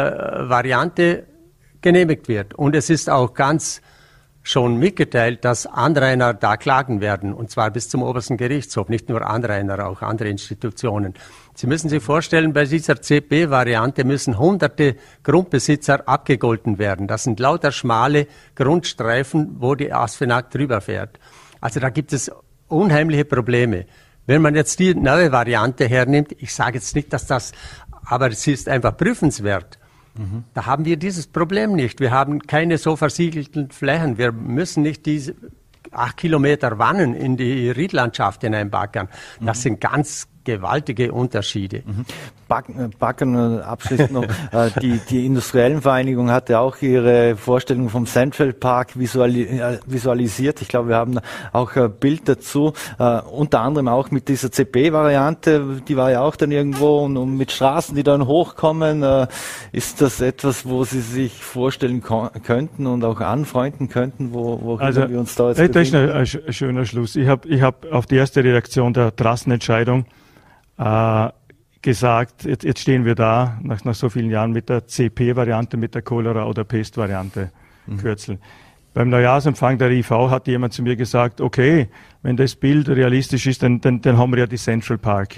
Variante genehmigt wird. Und es ist auch ganz schon mitgeteilt, dass Anrainer da klagen werden, und zwar bis zum obersten Gerichtshof, nicht nur Anrainer, auch andere Institutionen. Sie müssen sich vorstellen, bei dieser C P-Variante müssen hunderte Grundbesitzer abgegolten werden. Das sind lauter schmale Grundstreifen, wo die ASFINAG drüber fährt. Also da gibt es unheimliche Probleme. Wenn man jetzt die neue Variante hernimmt, ich sage jetzt nicht, dass das, aber sie ist einfach prüfenswert. Mhm. Da haben wir dieses Problem nicht. Wir haben keine so versiegelten Flächen. Wir müssen nicht diese acht Kilometer Wannen in die Riedlandschaft hineinbackern. Das mhm. sind ganz gewaltige Unterschiede. Mhm. Backen, Backen abschließend noch. äh, die, die Industriellenvereinigung hatte auch ihre Vorstellung vom Central Park visuali äh, visualisiert. Ich glaube, wir haben auch ein Bild dazu. Äh, unter anderem auch mit dieser C P-Variante, die war ja auch dann irgendwo und, und mit Straßen, die dann hochkommen. Äh, ist das etwas, wo Sie sich vorstellen könnten und auch anfreunden könnten, wo, wo also, wir uns da jetzt das ist ein, ein schöner Schluss. Ich habe ich hab auf die erste Reaktion der Trassenentscheidung Äh, gesagt, jetzt, jetzt stehen wir da, nach, nach so vielen Jahren mit der C P-Variante, mit der Cholera- oder Pest-Variante, mhm. Kürzel. Beim Neujahrsempfang der I V hat jemand zu mir gesagt, okay, wenn das Bild realistisch ist, dann, dann, dann haben wir ja die Central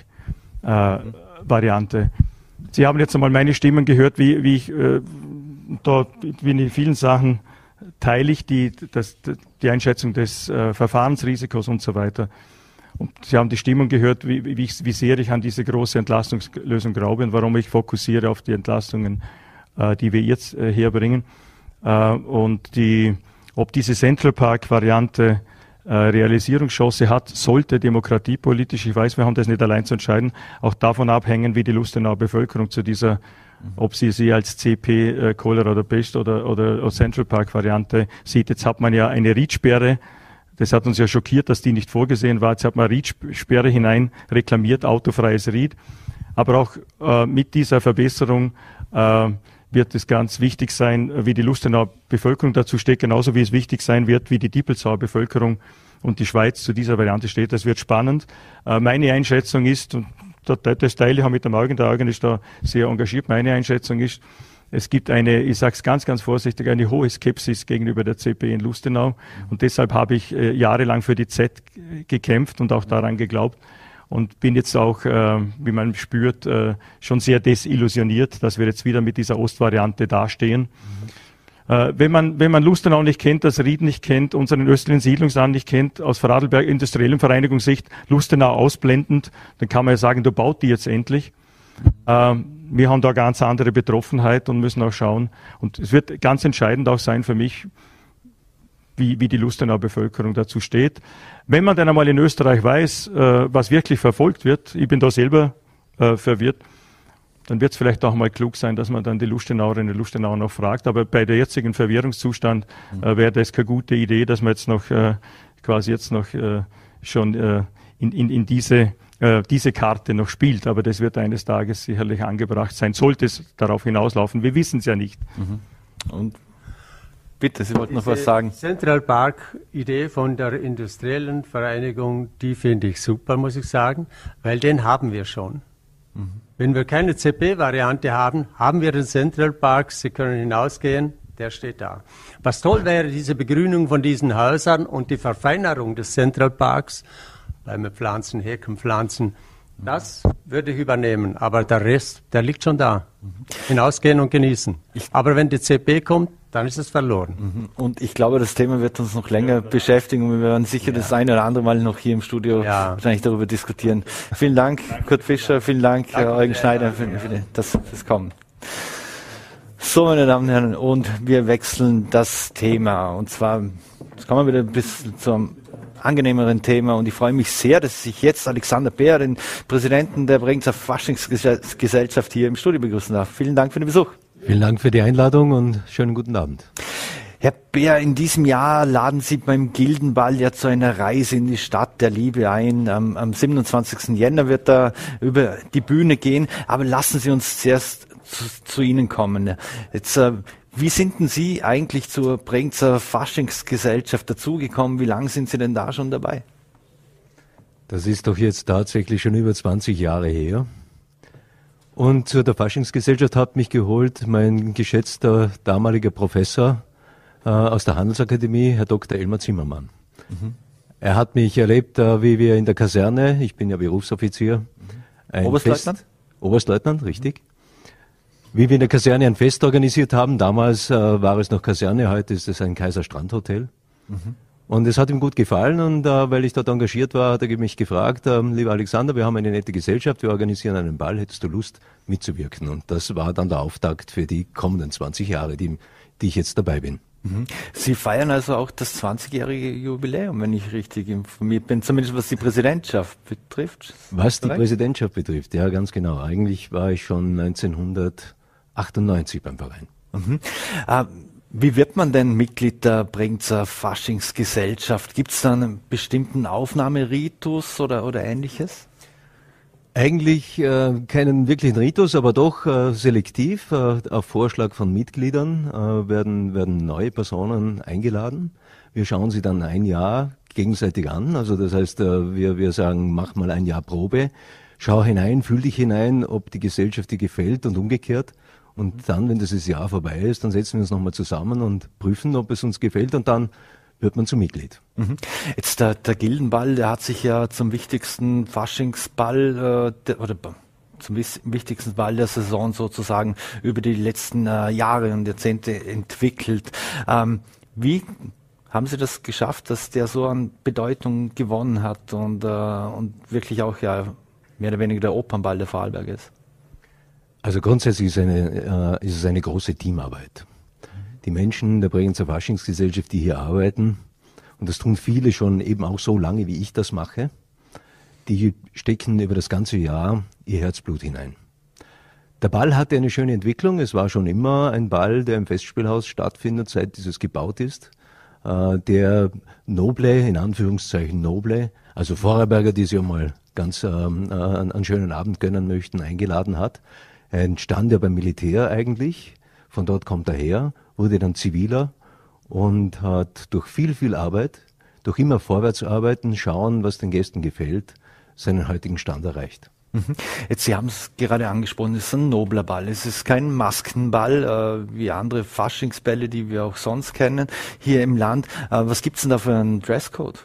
Park-Variante. Äh, mhm. Sie haben jetzt einmal meine Stimmen gehört, wie, wie ich äh, da, wie in vielen Sachen teile ich die, das, die Einschätzung des äh, Verfahrensrisikos und so weiter. Und Sie haben die Stimmung gehört, wie, wie, ich, wie sehr ich an diese große Entlastungslösung glaube und warum ich fokussiere auf die Entlastungen, äh, die wir jetzt äh, herbringen. Äh, und die, ob diese Central Park-Variante äh, Realisierungschance hat, sollte demokratiepolitisch, ich weiß, wir haben das nicht allein zu entscheiden, auch davon abhängen, wie die Lustenauer Bevölkerung zu dieser, mhm. ob sie sie als C P, äh, Cholera oder Pest oder, oder, oder Central Park-Variante sieht. Jetzt hat man ja eine Riedsperre, Das hat uns ja schockiert, dass die nicht vorgesehen war. Jetzt hat man Riedsperre hinein reklamiert, autofreies Ried. Aber auch äh, mit dieser Verbesserung äh, wird es ganz wichtig sein, wie die Lustenauer Bevölkerung dazu steht, genauso wie es wichtig sein wird, wie die Diepelsauer Bevölkerung und die Schweiz zu dieser Variante steht. Das wird spannend. Äh, meine Einschätzung ist, und das teile ich auch mit dem Eugen, der Eugen ist da sehr engagiert, meine Einschätzung ist, es gibt eine, ich sage es ganz, ganz vorsichtig, eine hohe Skepsis gegenüber der C P in Lustenau. Und deshalb habe ich äh, jahrelang für die Z gekämpft und auch daran geglaubt. Und bin jetzt auch, äh, wie man spürt, äh, schon sehr desillusioniert, dass wir jetzt wieder mit dieser Ostvariante dastehen. Mhm. Äh, wenn man, wenn man Lustenau nicht kennt, das Ried nicht kennt, unseren östlichen Siedlungsrand nicht kennt, aus Vorarlberg industriellen Vereinigungssicht Lustenau ausblendend, dann kann man ja sagen, du baut die jetzt endlich. Ähm, wir haben da ganz andere Betroffenheit und müssen auch schauen. Und es wird ganz entscheidend auch sein für mich, wie, wie die Lustenauer Bevölkerung dazu steht. Wenn man dann einmal in Österreich weiß, äh, was wirklich verfolgt wird, ich bin da selber äh, verwirrt, dann wird es vielleicht auch mal klug sein, dass man dann die Lustenauerinnen und Lustenauer noch fragt. Aber bei der jetzigen Verwirrungszustand äh, wäre das keine gute Idee, dass man jetzt noch äh, quasi jetzt noch äh, schon äh, in, in, in diese äh, diese Karte noch spielt. Aber das wird eines Tages sicherlich angebracht sein. Sollte es darauf hinauslaufen? Wir wissen es ja nicht. Mhm. Und bitte, Sie wollten Diese noch was sagen. Central Park-Idee von der industriellen Vereinigung, die finde ich super, muss ich sagen, weil den haben wir schon. Mhm. Wenn wir keine C P-Variante haben, haben wir den Central Park, Sie können hinausgehen, der steht da. Was toll wäre, diese Begrünung von diesen Häusern und die Verfeinerung des Central Parks, Bäume pflanzen, Hecken pflanzen, das würde ich übernehmen, aber der Rest, der liegt schon da. Mhm. Hinausgehen und genießen. Ich aber wenn die C P kommt, dann ist es verloren. Und ich glaube, das Thema wird uns noch länger beschäftigen und wir werden sicher ja. das eine oder andere Mal noch hier im Studio ja. wahrscheinlich darüber diskutieren. Vielen Dank, Kurt Fischer, vielen Dank, Danke, Eugen Schneider, für, für das, fürs Kommen. So, meine Damen und Herren, und wir wechseln das Thema. Und zwar, jetzt kommen wir wieder bis zum angenehmeren Thema und ich freue mich sehr, dass ich jetzt Alexander Beer, den Präsidenten der Bregenzer Faschingsgesellschaft, hier im Studio begrüßen darf. Vielen Dank für den Besuch. Vielen Dank für die Einladung und schönen guten Abend. Herr Beer, in diesem Jahr laden Sie beim Gildenball ja zu einer Reise in die Stadt der Liebe ein. Am, am siebenundzwanzigsten Jänner wird er über die Bühne gehen, aber lassen Sie uns zuerst zu, zu Ihnen kommen. Jetzt, äh, wie sind denn Sie eigentlich zur Bregenzer Faschingsgesellschaft dazugekommen? Wie lange sind Sie denn da schon dabei? Das ist doch jetzt tatsächlich schon über zwanzig Jahre her. Und zu der Faschingsgesellschaft hat mich geholt mein geschätzter damaliger Professor äh, aus der Handelsakademie, Herr Doktor Elmar Zimmermann. Mhm. Er hat mich erlebt, äh, wie wir in der Kaserne, ich bin ja Berufsoffizier, ein Oberstleutnant? Fest, Oberstleutnant, richtig. Wie wir in der Kaserne ein Fest organisiert haben, damals äh, war es noch Kaserne, heute ist es ein Kaiser-Strand-Hotel. Mhm. Und es hat ihm gut gefallen und äh, weil ich dort engagiert war, hat er mich gefragt, äh, lieber Alexander, wir haben eine nette Gesellschaft, wir organisieren einen Ball, hättest du Lust mitzuwirken? Und das war dann der Auftakt für die kommenden zwanzig Jahre, die, die ich jetzt dabei bin. Mhm. Sie feiern also auch das zwanzigjährige Jubiläum, wenn ich richtig informiert bin, zumindest was die Präsidentschaft betrifft. Was die Präsidentschaft betrifft, ja ganz genau. Eigentlich war ich schon neunzehnhundertachtundneunzig beim Verein. Mhm. Äh, Wie wird man denn Mitglied der Bregenzer Faschingsgesellschaft? Gibt es da einen bestimmten Aufnahmeritus oder, oder Ähnliches? Eigentlich äh, keinen wirklichen Ritus, aber doch äh, selektiv. Äh, auf Vorschlag von Mitgliedern äh, werden, werden neue Personen eingeladen. Wir schauen sie dann ein Jahr gegenseitig an. Also das heißt, äh, wir, wir sagen, mach mal ein Jahr Probe, schau hinein, fühl dich hinein, ob die Gesellschaft dir gefällt und umgekehrt. Und dann, wenn dieses Jahr vorbei ist, dann setzen wir uns nochmal zusammen und prüfen, ob es uns gefällt und dann wird man zum Mitglied. Mhm. Jetzt der, der Gildenball, der hat sich ja zum wichtigsten Faschingsball äh, der, oder zum wichtigsten Ball der Saison sozusagen über die letzten äh, Jahre und Jahrzehnte entwickelt. Ähm, wie haben Sie das geschafft, dass der so an Bedeutung gewonnen hat und, äh, und wirklich auch ja mehr oder weniger der Opernball der Vorarlberg ist? Also grundsätzlich ist, eine, äh, ist es eine große Teamarbeit. Die Menschen der Bregenzer Faschingsgesellschaft, die hier arbeiten, und das tun viele schon eben auch so lange, wie ich das mache, die stecken über das ganze Jahr ihr Herzblut hinein. Der Ball hatte eine schöne Entwicklung. Es war schon immer ein Ball, der im Festspielhaus stattfindet, seit dieses gebaut ist. äh, der noble, in Anführungszeichen noble, also Vorarlberger, die sich einmal ganz ähm, äh, einen schönen Abend gönnen möchten, eingeladen hat. Er entstand ja beim Militär eigentlich, von dort kommt er her, wurde dann Ziviler und hat durch viel, viel Arbeit, durch immer vorwärts arbeiten, schauen, was den Gästen gefällt, seinen heutigen Stand erreicht. Jetzt, Sie haben es gerade angesprochen, es ist ein nobler Ball. Es ist kein Maskenball äh, wie andere Faschingsbälle, die wir auch sonst kennen hier im Land. Äh, was gibt's denn da für einen Dresscode?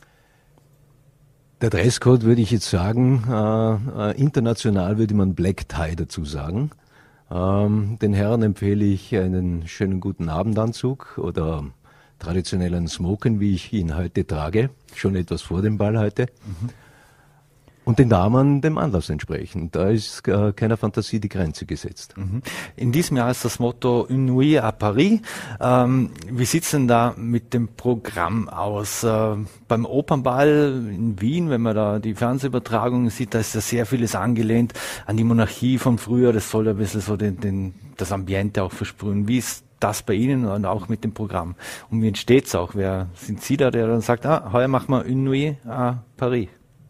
Der Dresscode würde ich jetzt sagen, äh, äh, international würde man Black Tie dazu sagen. Ähm, den Herren empfehle ich einen schönen guten Abendanzug oder traditionellen Smoking, wie ich ihn heute trage, schon etwas vor dem Ball heute. Mhm. Und den Damen dem Anlass entsprechend. Da ist äh, keiner Fantasie die Grenze gesetzt. In diesem Jahr ist das Motto Une Nuit à Paris. Ähm, wie sieht's denn da mit dem Programm aus? Äh, beim Opernball in Wien, wenn man da die Fernsehübertragung sieht, da ist ja sehr vieles angelehnt an die Monarchie von früher. Das soll ja ein bisschen so den, den, das Ambiente auch versprühen. Wie ist das bei Ihnen und auch mit dem Programm? Und wie entsteht's auch? Wer sind Sie da, der dann sagt, ah, heuer machen wir Une Nuit à Paris?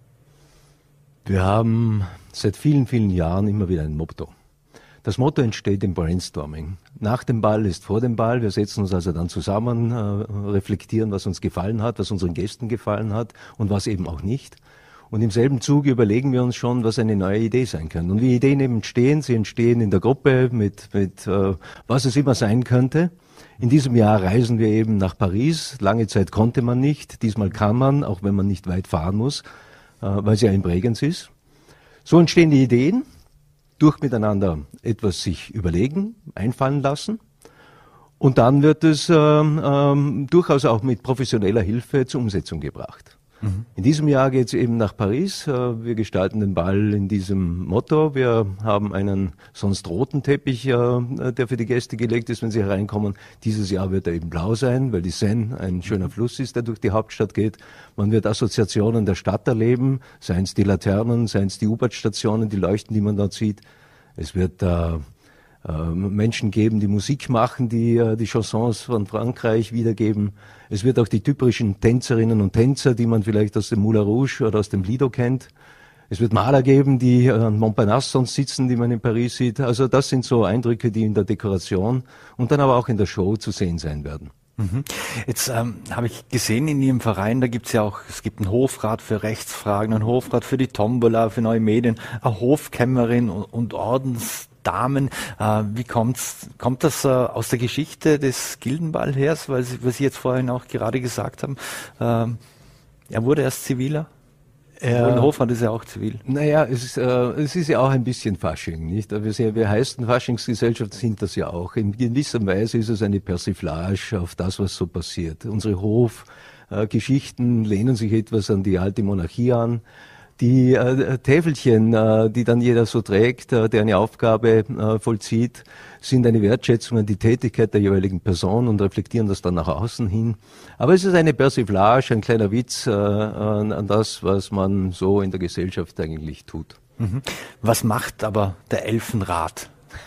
Wir haben seit vielen, vielen Jahren immer wieder ein Motto. Das Motto entsteht im Brainstorming. Nach dem Ball ist vor dem Ball. Wir setzen uns also dann zusammen, äh, reflektieren, was uns gefallen hat, was unseren Gästen gefallen hat und was eben auch nicht. Und im selben Zuge überlegen wir uns schon, was eine neue Idee sein kann. Und wie Ideen eben entstehen, sie entstehen in der Gruppe mit, mit äh, was es immer sein könnte. In diesem Jahr reisen wir eben nach Paris. Lange Zeit konnte man nicht. Diesmal kann man, auch wenn man nicht weit fahren muss, weil es ja in Bregenz ist. So entstehen die Ideen, durch miteinander etwas sich überlegen, einfallen lassen und dann wird es ähm, ähm, durchaus auch mit professioneller Hilfe zur Umsetzung gebracht. Mhm. In diesem Jahr geht es eben nach Paris. Wir gestalten den Ball in diesem Motto. Wir haben einen sonst roten Teppich, der für die Gäste gelegt ist, wenn sie hereinkommen. Dieses Jahr wird er eben blau sein, weil die Seine ein schöner Fluss ist, der durch die Hauptstadt geht. Man wird Assoziationen der Stadt erleben, seien es die Laternen, seien es die U-Bahn-Stationen, die Leuchten, die man dort sieht. Es wird äh, Menschen geben, die Musik machen, die äh, die Chansons von Frankreich wiedergeben. Es wird auch die typischen Tänzerinnen und Tänzer, die man vielleicht aus dem Moulin Rouge oder aus dem Lido kennt. Es wird Maler geben, die äh, an Montparnasse sonst sitzen, die man in Paris sieht. Also das sind so Eindrücke, die in der Dekoration und dann aber auch in der Show zu sehen sein werden. Jetzt ähm, habe ich gesehen in Ihrem Verein, da gibt's ja auch, es gibt einen Hofrat für Rechtsfragen, einen Hofrat für die Tombola, für neue Medien, eine Hofkämmerin und, und Ordensdamen. Äh, wie kommt's, kommt das äh, aus der Geschichte des Gildenball her, weil Sie, was Sie jetzt vorhin auch gerade gesagt haben? Ähm, er wurde erst Ziviler? Ja. Ein Hofrat ist ja auch zivil. Naja, es ist, äh, es ist ja auch ein bisschen Fasching, nicht? Wir, wir heißen Faschingsgesellschaft, sind das ja auch. In gewisser Weise ist es eine Persiflage auf das, was so passiert. Unsere Hofgeschichten äh, lehnen sich etwas an die alte Monarchie an. Die äh, Täfelchen, äh, die dann jeder so trägt, äh, der eine Aufgabe äh, vollzieht, sind eine Wertschätzung an die Tätigkeit der jeweiligen Person und reflektieren das dann nach außen hin. Aber es ist eine Persiflage, ein kleiner Witz äh, an, an das, was man so in der Gesellschaft eigentlich tut. Mhm. Was macht aber der Elfenrat?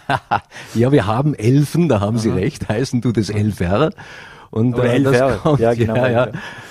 Ja, wir haben Elfen, da haben Aha. Sie recht, heißen tut es Elfer. Und Oder äh, Elfer, das kommt, ja genau. Ja, ja.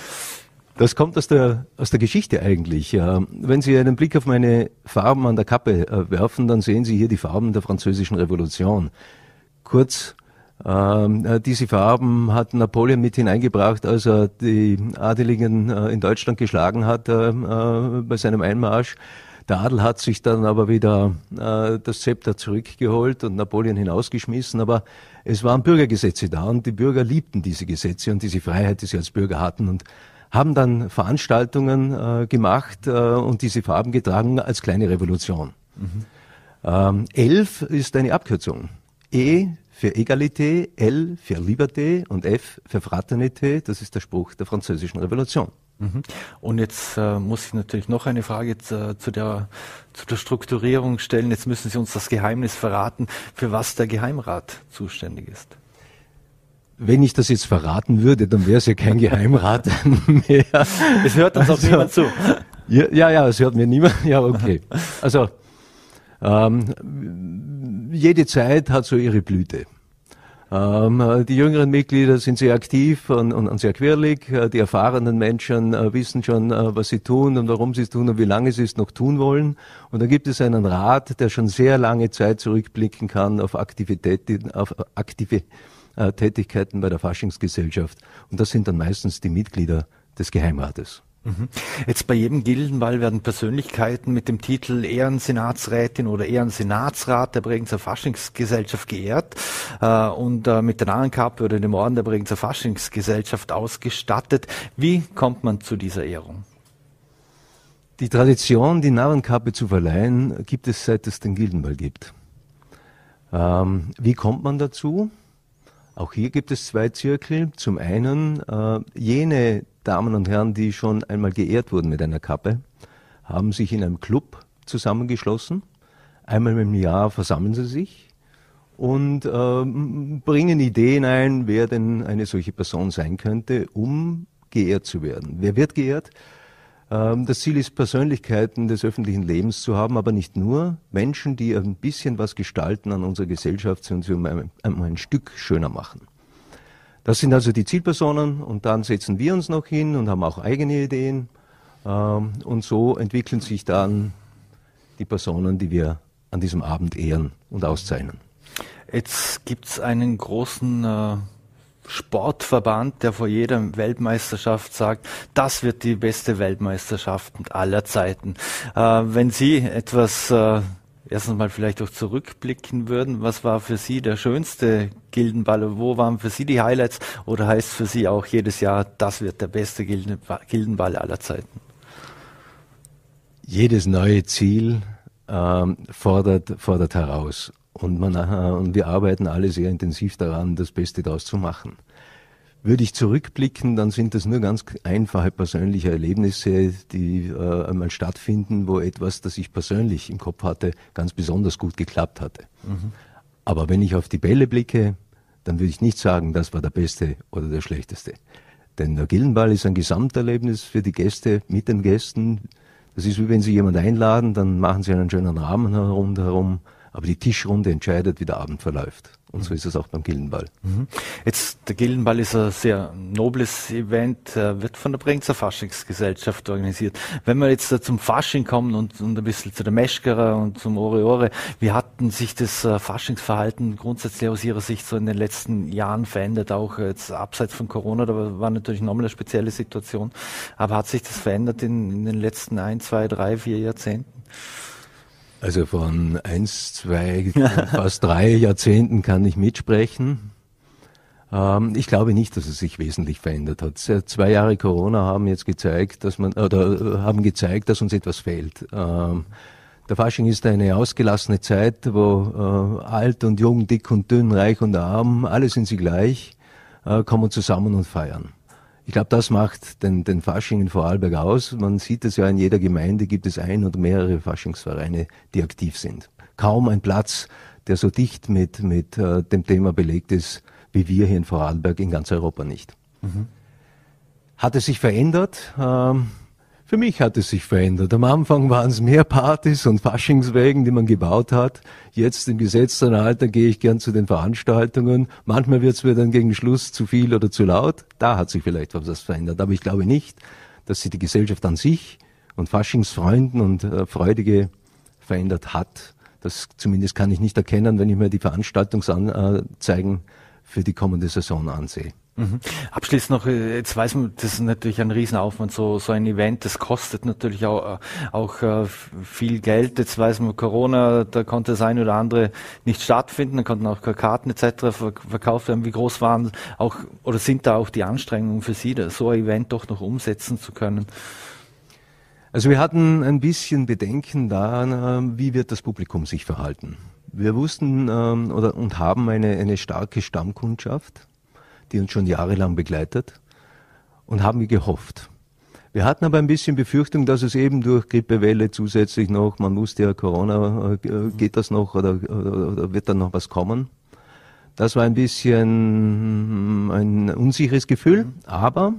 Das kommt aus der, aus der Geschichte eigentlich. Wenn Sie einen Blick auf meine Farben an der Kappe werfen, dann sehen Sie hier die Farben der Französischen Revolution. Kurz, äh, diese Farben hat Napoleon mit hineingebracht, als er die Adeligen äh, in Deutschland geschlagen hat äh, bei seinem Einmarsch. Der Adel hat sich dann aber wieder äh, das Zepter zurückgeholt und Napoleon hinausgeschmissen, aber es waren Bürgergesetze da und die Bürger liebten diese Gesetze und diese Freiheit, die sie als Bürger hatten und haben dann Veranstaltungen äh, gemacht äh, und diese Farben getragen als kleine Revolution. Mhm. Ähm, elf ist eine Abkürzung. E für Egalité, L für Liberté und F für Fraternité. Das ist der Spruch der Französischen Revolution. Mhm. Und jetzt äh, muss ich natürlich noch eine Frage jetzt, äh, zu der, zu der Strukturierung stellen. Jetzt müssen Sie uns das Geheimnis verraten, für was der Geheimrat zuständig ist. Wenn ich das jetzt verraten würde, dann wäre es ja kein Geheimrat mehr. Es hört uns also, auch niemand zu. Ja, ja, ja, es hört mir niemand. Ja, okay. Also ähm, jede Zeit hat so ihre Blüte. Ähm, die jüngeren Mitglieder sind sehr aktiv und, und, und sehr quirlig. Die erfahrenen Menschen äh, wissen schon, äh, was sie tun und warum sie es tun und wie lange sie es noch tun wollen. Und da gibt es einen Rat, der schon sehr lange Zeit zurückblicken kann auf Aktivitäten, auf aktive äh, Tätigkeiten bei der Faschingsgesellschaft. Und das sind dann meistens die Mitglieder des Geheimrates. Jetzt bei jedem Gildenball werden Persönlichkeiten mit dem Titel Ehrensenatsrätin oder Ehrensenatsrat der Bregenzer Faschingsgesellschaft geehrt äh, und äh, mit der Narrenkappe oder dem Orden der Bregenzer Faschingsgesellschaft ausgestattet. Wie kommt man zu dieser Ehrung? Die Tradition, die Narrenkappe zu verleihen, gibt es, seit es den Gildenball gibt. Ähm, wie kommt man dazu? Auch hier gibt es zwei Zirkel. Zum einen äh, jene Damen und Herren, die schon einmal geehrt wurden mit einer Kappe, haben sich in einem Club zusammengeschlossen. Einmal im Jahr versammeln sie sich und äh, bringen Ideen ein, wer denn eine solche Person sein könnte, um geehrt zu werden. Wer wird geehrt? Ähm, das Ziel ist, Persönlichkeiten des öffentlichen Lebens zu haben, aber nicht nur. Menschen, die ein bisschen was gestalten an unserer Gesellschaft und sie um ein, um ein Stück schöner machen. Das sind also die Zielpersonen und dann setzen wir uns noch hin und haben auch eigene Ideen ähm, und so entwickeln sich dann die Personen, die wir an diesem Abend ehren und auszeichnen. Jetzt gibt es einen großen äh, Sportverband, der vor jeder Weltmeisterschaft sagt, das wird die beste Weltmeisterschaft aller Zeiten. Äh, wenn Sie etwas äh, erstens mal vielleicht auch zurückblicken würden, was war für Sie der schönste Gildenball? Wo waren für Sie die Highlights? Oder heißt für Sie auch jedes Jahr, das wird der beste Gildenball aller Zeiten? Jedes neue Ziel ähm, fordert, fordert heraus. Und, man, äh, und wir arbeiten alle sehr intensiv daran, das Beste daraus zu machen. Würde ich zurückblicken, dann sind das nur ganz einfache persönliche Erlebnisse, die äh, einmal stattfinden, wo etwas, das ich persönlich im Kopf hatte, ganz besonders gut geklappt hatte. Mhm. Aber wenn ich auf die Bälle blicke, dann würde ich nicht sagen, das war der beste oder der schlechteste. Denn der Gildenball ist ein Gesamterlebnis für die Gäste, mit den Gästen. Das ist wie wenn Sie jemanden einladen, dann machen Sie einen schönen Rahmen rundherum. Aber die Tischrunde entscheidet, wie der Abend verläuft. Und so ist es auch beim Gildenball. Jetzt, der Gildenball ist ein sehr nobles Event, wird von der Bregenzer Faschingsgesellschaft organisiert. Wenn wir jetzt zum Fasching kommen und, und ein bisschen zu der Meschkerer und zum Ore Ore, wie hatten sich das Faschingsverhalten grundsätzlich aus Ihrer Sicht so in den letzten Jahren verändert? Auch jetzt abseits von Corona, da war natürlich nochmal eine spezielle Situation. Aber hat sich das verändert in, in den letzten ein, zwei, drei, vier Jahrzehnten? Also von eins, zwei, fast drei Jahrzehnten kann ich mitsprechen. Ähm, ich glaube nicht, dass es sich wesentlich verändert hat. Zwei Jahre Corona haben jetzt gezeigt, dass man oder haben gezeigt, dass uns etwas fehlt. Ähm, der Fasching ist eine ausgelassene Zeit, wo äh, alt und jung, dick und dünn, reich und arm, alle sind sie gleich, äh, kommen zusammen und feiern. Ich glaube, das macht den, den Fasching in Vorarlberg aus. Man sieht es ja, in jeder Gemeinde gibt es ein oder mehrere Faschingsvereine, die aktiv sind. Kaum ein Platz, der so dicht mit, mit äh, dem Thema belegt ist, wie wir hier in Vorarlberg, in ganz Europa nicht. Mhm. Hat es sich verändert? Ähm, für mich hat es sich verändert. Am Anfang waren es mehr Partys und Faschingswägen, die man gebaut hat. Jetzt im gesetzten Alter gehe ich gern zu den Veranstaltungen. Manchmal wird es mir dann gegen Schluss zu viel oder zu laut. Da hat sich vielleicht was verändert. Aber ich glaube nicht, dass sich die Gesellschaft an sich und Faschingsfreunden und äh, Freudige verändert hat. Das zumindest kann ich nicht erkennen, wenn ich mir die Veranstaltungsanzeigen für die kommende Saison ansehe. Mhm. Abschließend noch, jetzt weiß man, das ist natürlich ein Riesenaufwand, so, so ein Event, das kostet natürlich auch, auch uh, viel Geld. Jetzt weiß man, Corona, da konnte das eine oder andere nicht stattfinden, da konnten auch Karten et cetera verkauft werden. Wie groß waren auch, oder sind da auch die Anstrengungen für Sie, so ein Event doch noch umsetzen zu können? Also wir hatten ein bisschen Bedenken daran, wie wird das Publikum sich verhalten. Wir wussten ähm, oder und haben eine, eine starke Stammkundschaft, die uns schon jahrelang begleitet, und haben gehofft. Wir hatten aber ein bisschen Befürchtung, dass es eben durch Grippewelle zusätzlich noch, man wusste ja, Corona, äh, geht das noch oder, oder, oder wird dann noch was kommen? Das war ein bisschen ein unsicheres Gefühl, aber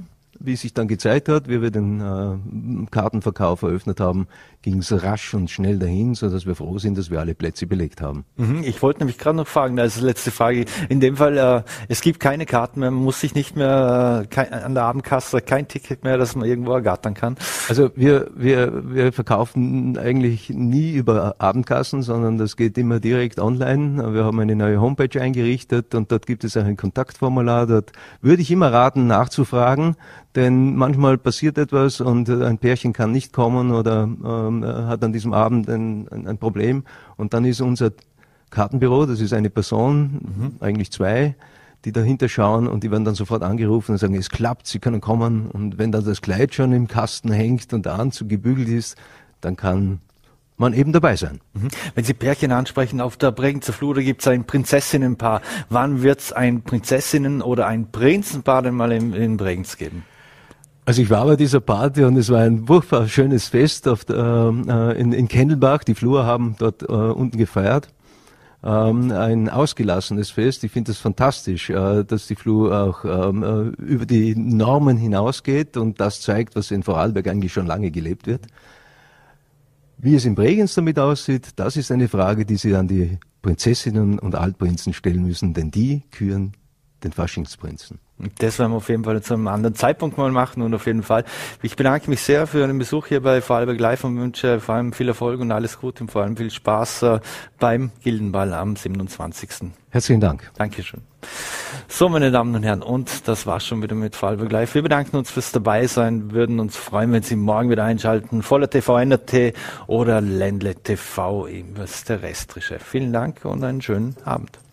wie sich dann gezeigt hat, wie wir den äh, Kartenverkauf eröffnet haben, ging es rasch und schnell dahin, so dass wir froh sind, dass wir alle Plätze belegt haben. Ich wollte nämlich gerade noch fragen, als letzte Frage, in dem Fall, äh, es gibt keine Karten mehr, man muss sich nicht mehr äh, kein, an der Abendkasse kein Ticket mehr, dass man irgendwo ergattern kann. Also wir, wir, wir verkaufen eigentlich nie über Abendkassen, sondern das geht immer direkt online. Wir haben eine neue Homepage eingerichtet und dort gibt es auch ein Kontaktformular. Dort würde ich immer raten, nachzufragen, denn manchmal passiert etwas und ein Pärchen kann nicht kommen oder ähm, hat an diesem Abend ein, ein, ein Problem. Und dann ist unser Kartenbüro, das ist eine Person, mhm. eigentlich zwei, die dahinter schauen und die werden dann sofort angerufen und sagen, es klappt, Sie können kommen. Und wenn dann das Kleid schon im Kasten hängt und der Anzug gebügelt ist, dann kann man eben dabei sein. Mhm. Wenn Sie Pärchen ansprechen, auf der Bregenzer Flur, da gibt es ein Prinzessinnenpaar. Wann wird es ein Prinzessinnen- oder ein Prinzenpaar denn mal in, in Bregenz geben? Also ich war bei dieser Party und es war ein furchtbar schönes Fest auf der, äh, in, in Kendelbach. Die Flur haben dort äh, unten gefeiert. Ähm, ein ausgelassenes Fest. Ich finde das fantastisch, äh, dass die Flur auch ähm, äh, über die Normen hinausgeht und das zeigt, was in Vorarlberg eigentlich schon lange gelebt wird. Wie es in Bregenz damit aussieht, das ist eine Frage, die Sie an die Prinzessinnen und Altprinzen stellen müssen, denn die küren den Faschingsprinzen. Das werden wir auf jeden Fall zu einem anderen Zeitpunkt mal machen und auf jeden Fall. Ich bedanke mich sehr für den Besuch hier bei Vorarlberg Live und wünsche vor allem viel Erfolg und alles Gute und vor allem viel Spaß äh, beim Gildenball am siebenundzwanzigsten Herzlichen Dank. Dankeschön. So, meine Damen und Herren, und das war's schon wieder mit Vorarlberg Live. Wir bedanken uns fürs Dabeisein, würden uns freuen, wenn Sie morgen wieder einschalten. Voller T V, N R T oder Ländle T V, eben was terrestrische. Vielen Dank und einen schönen Abend.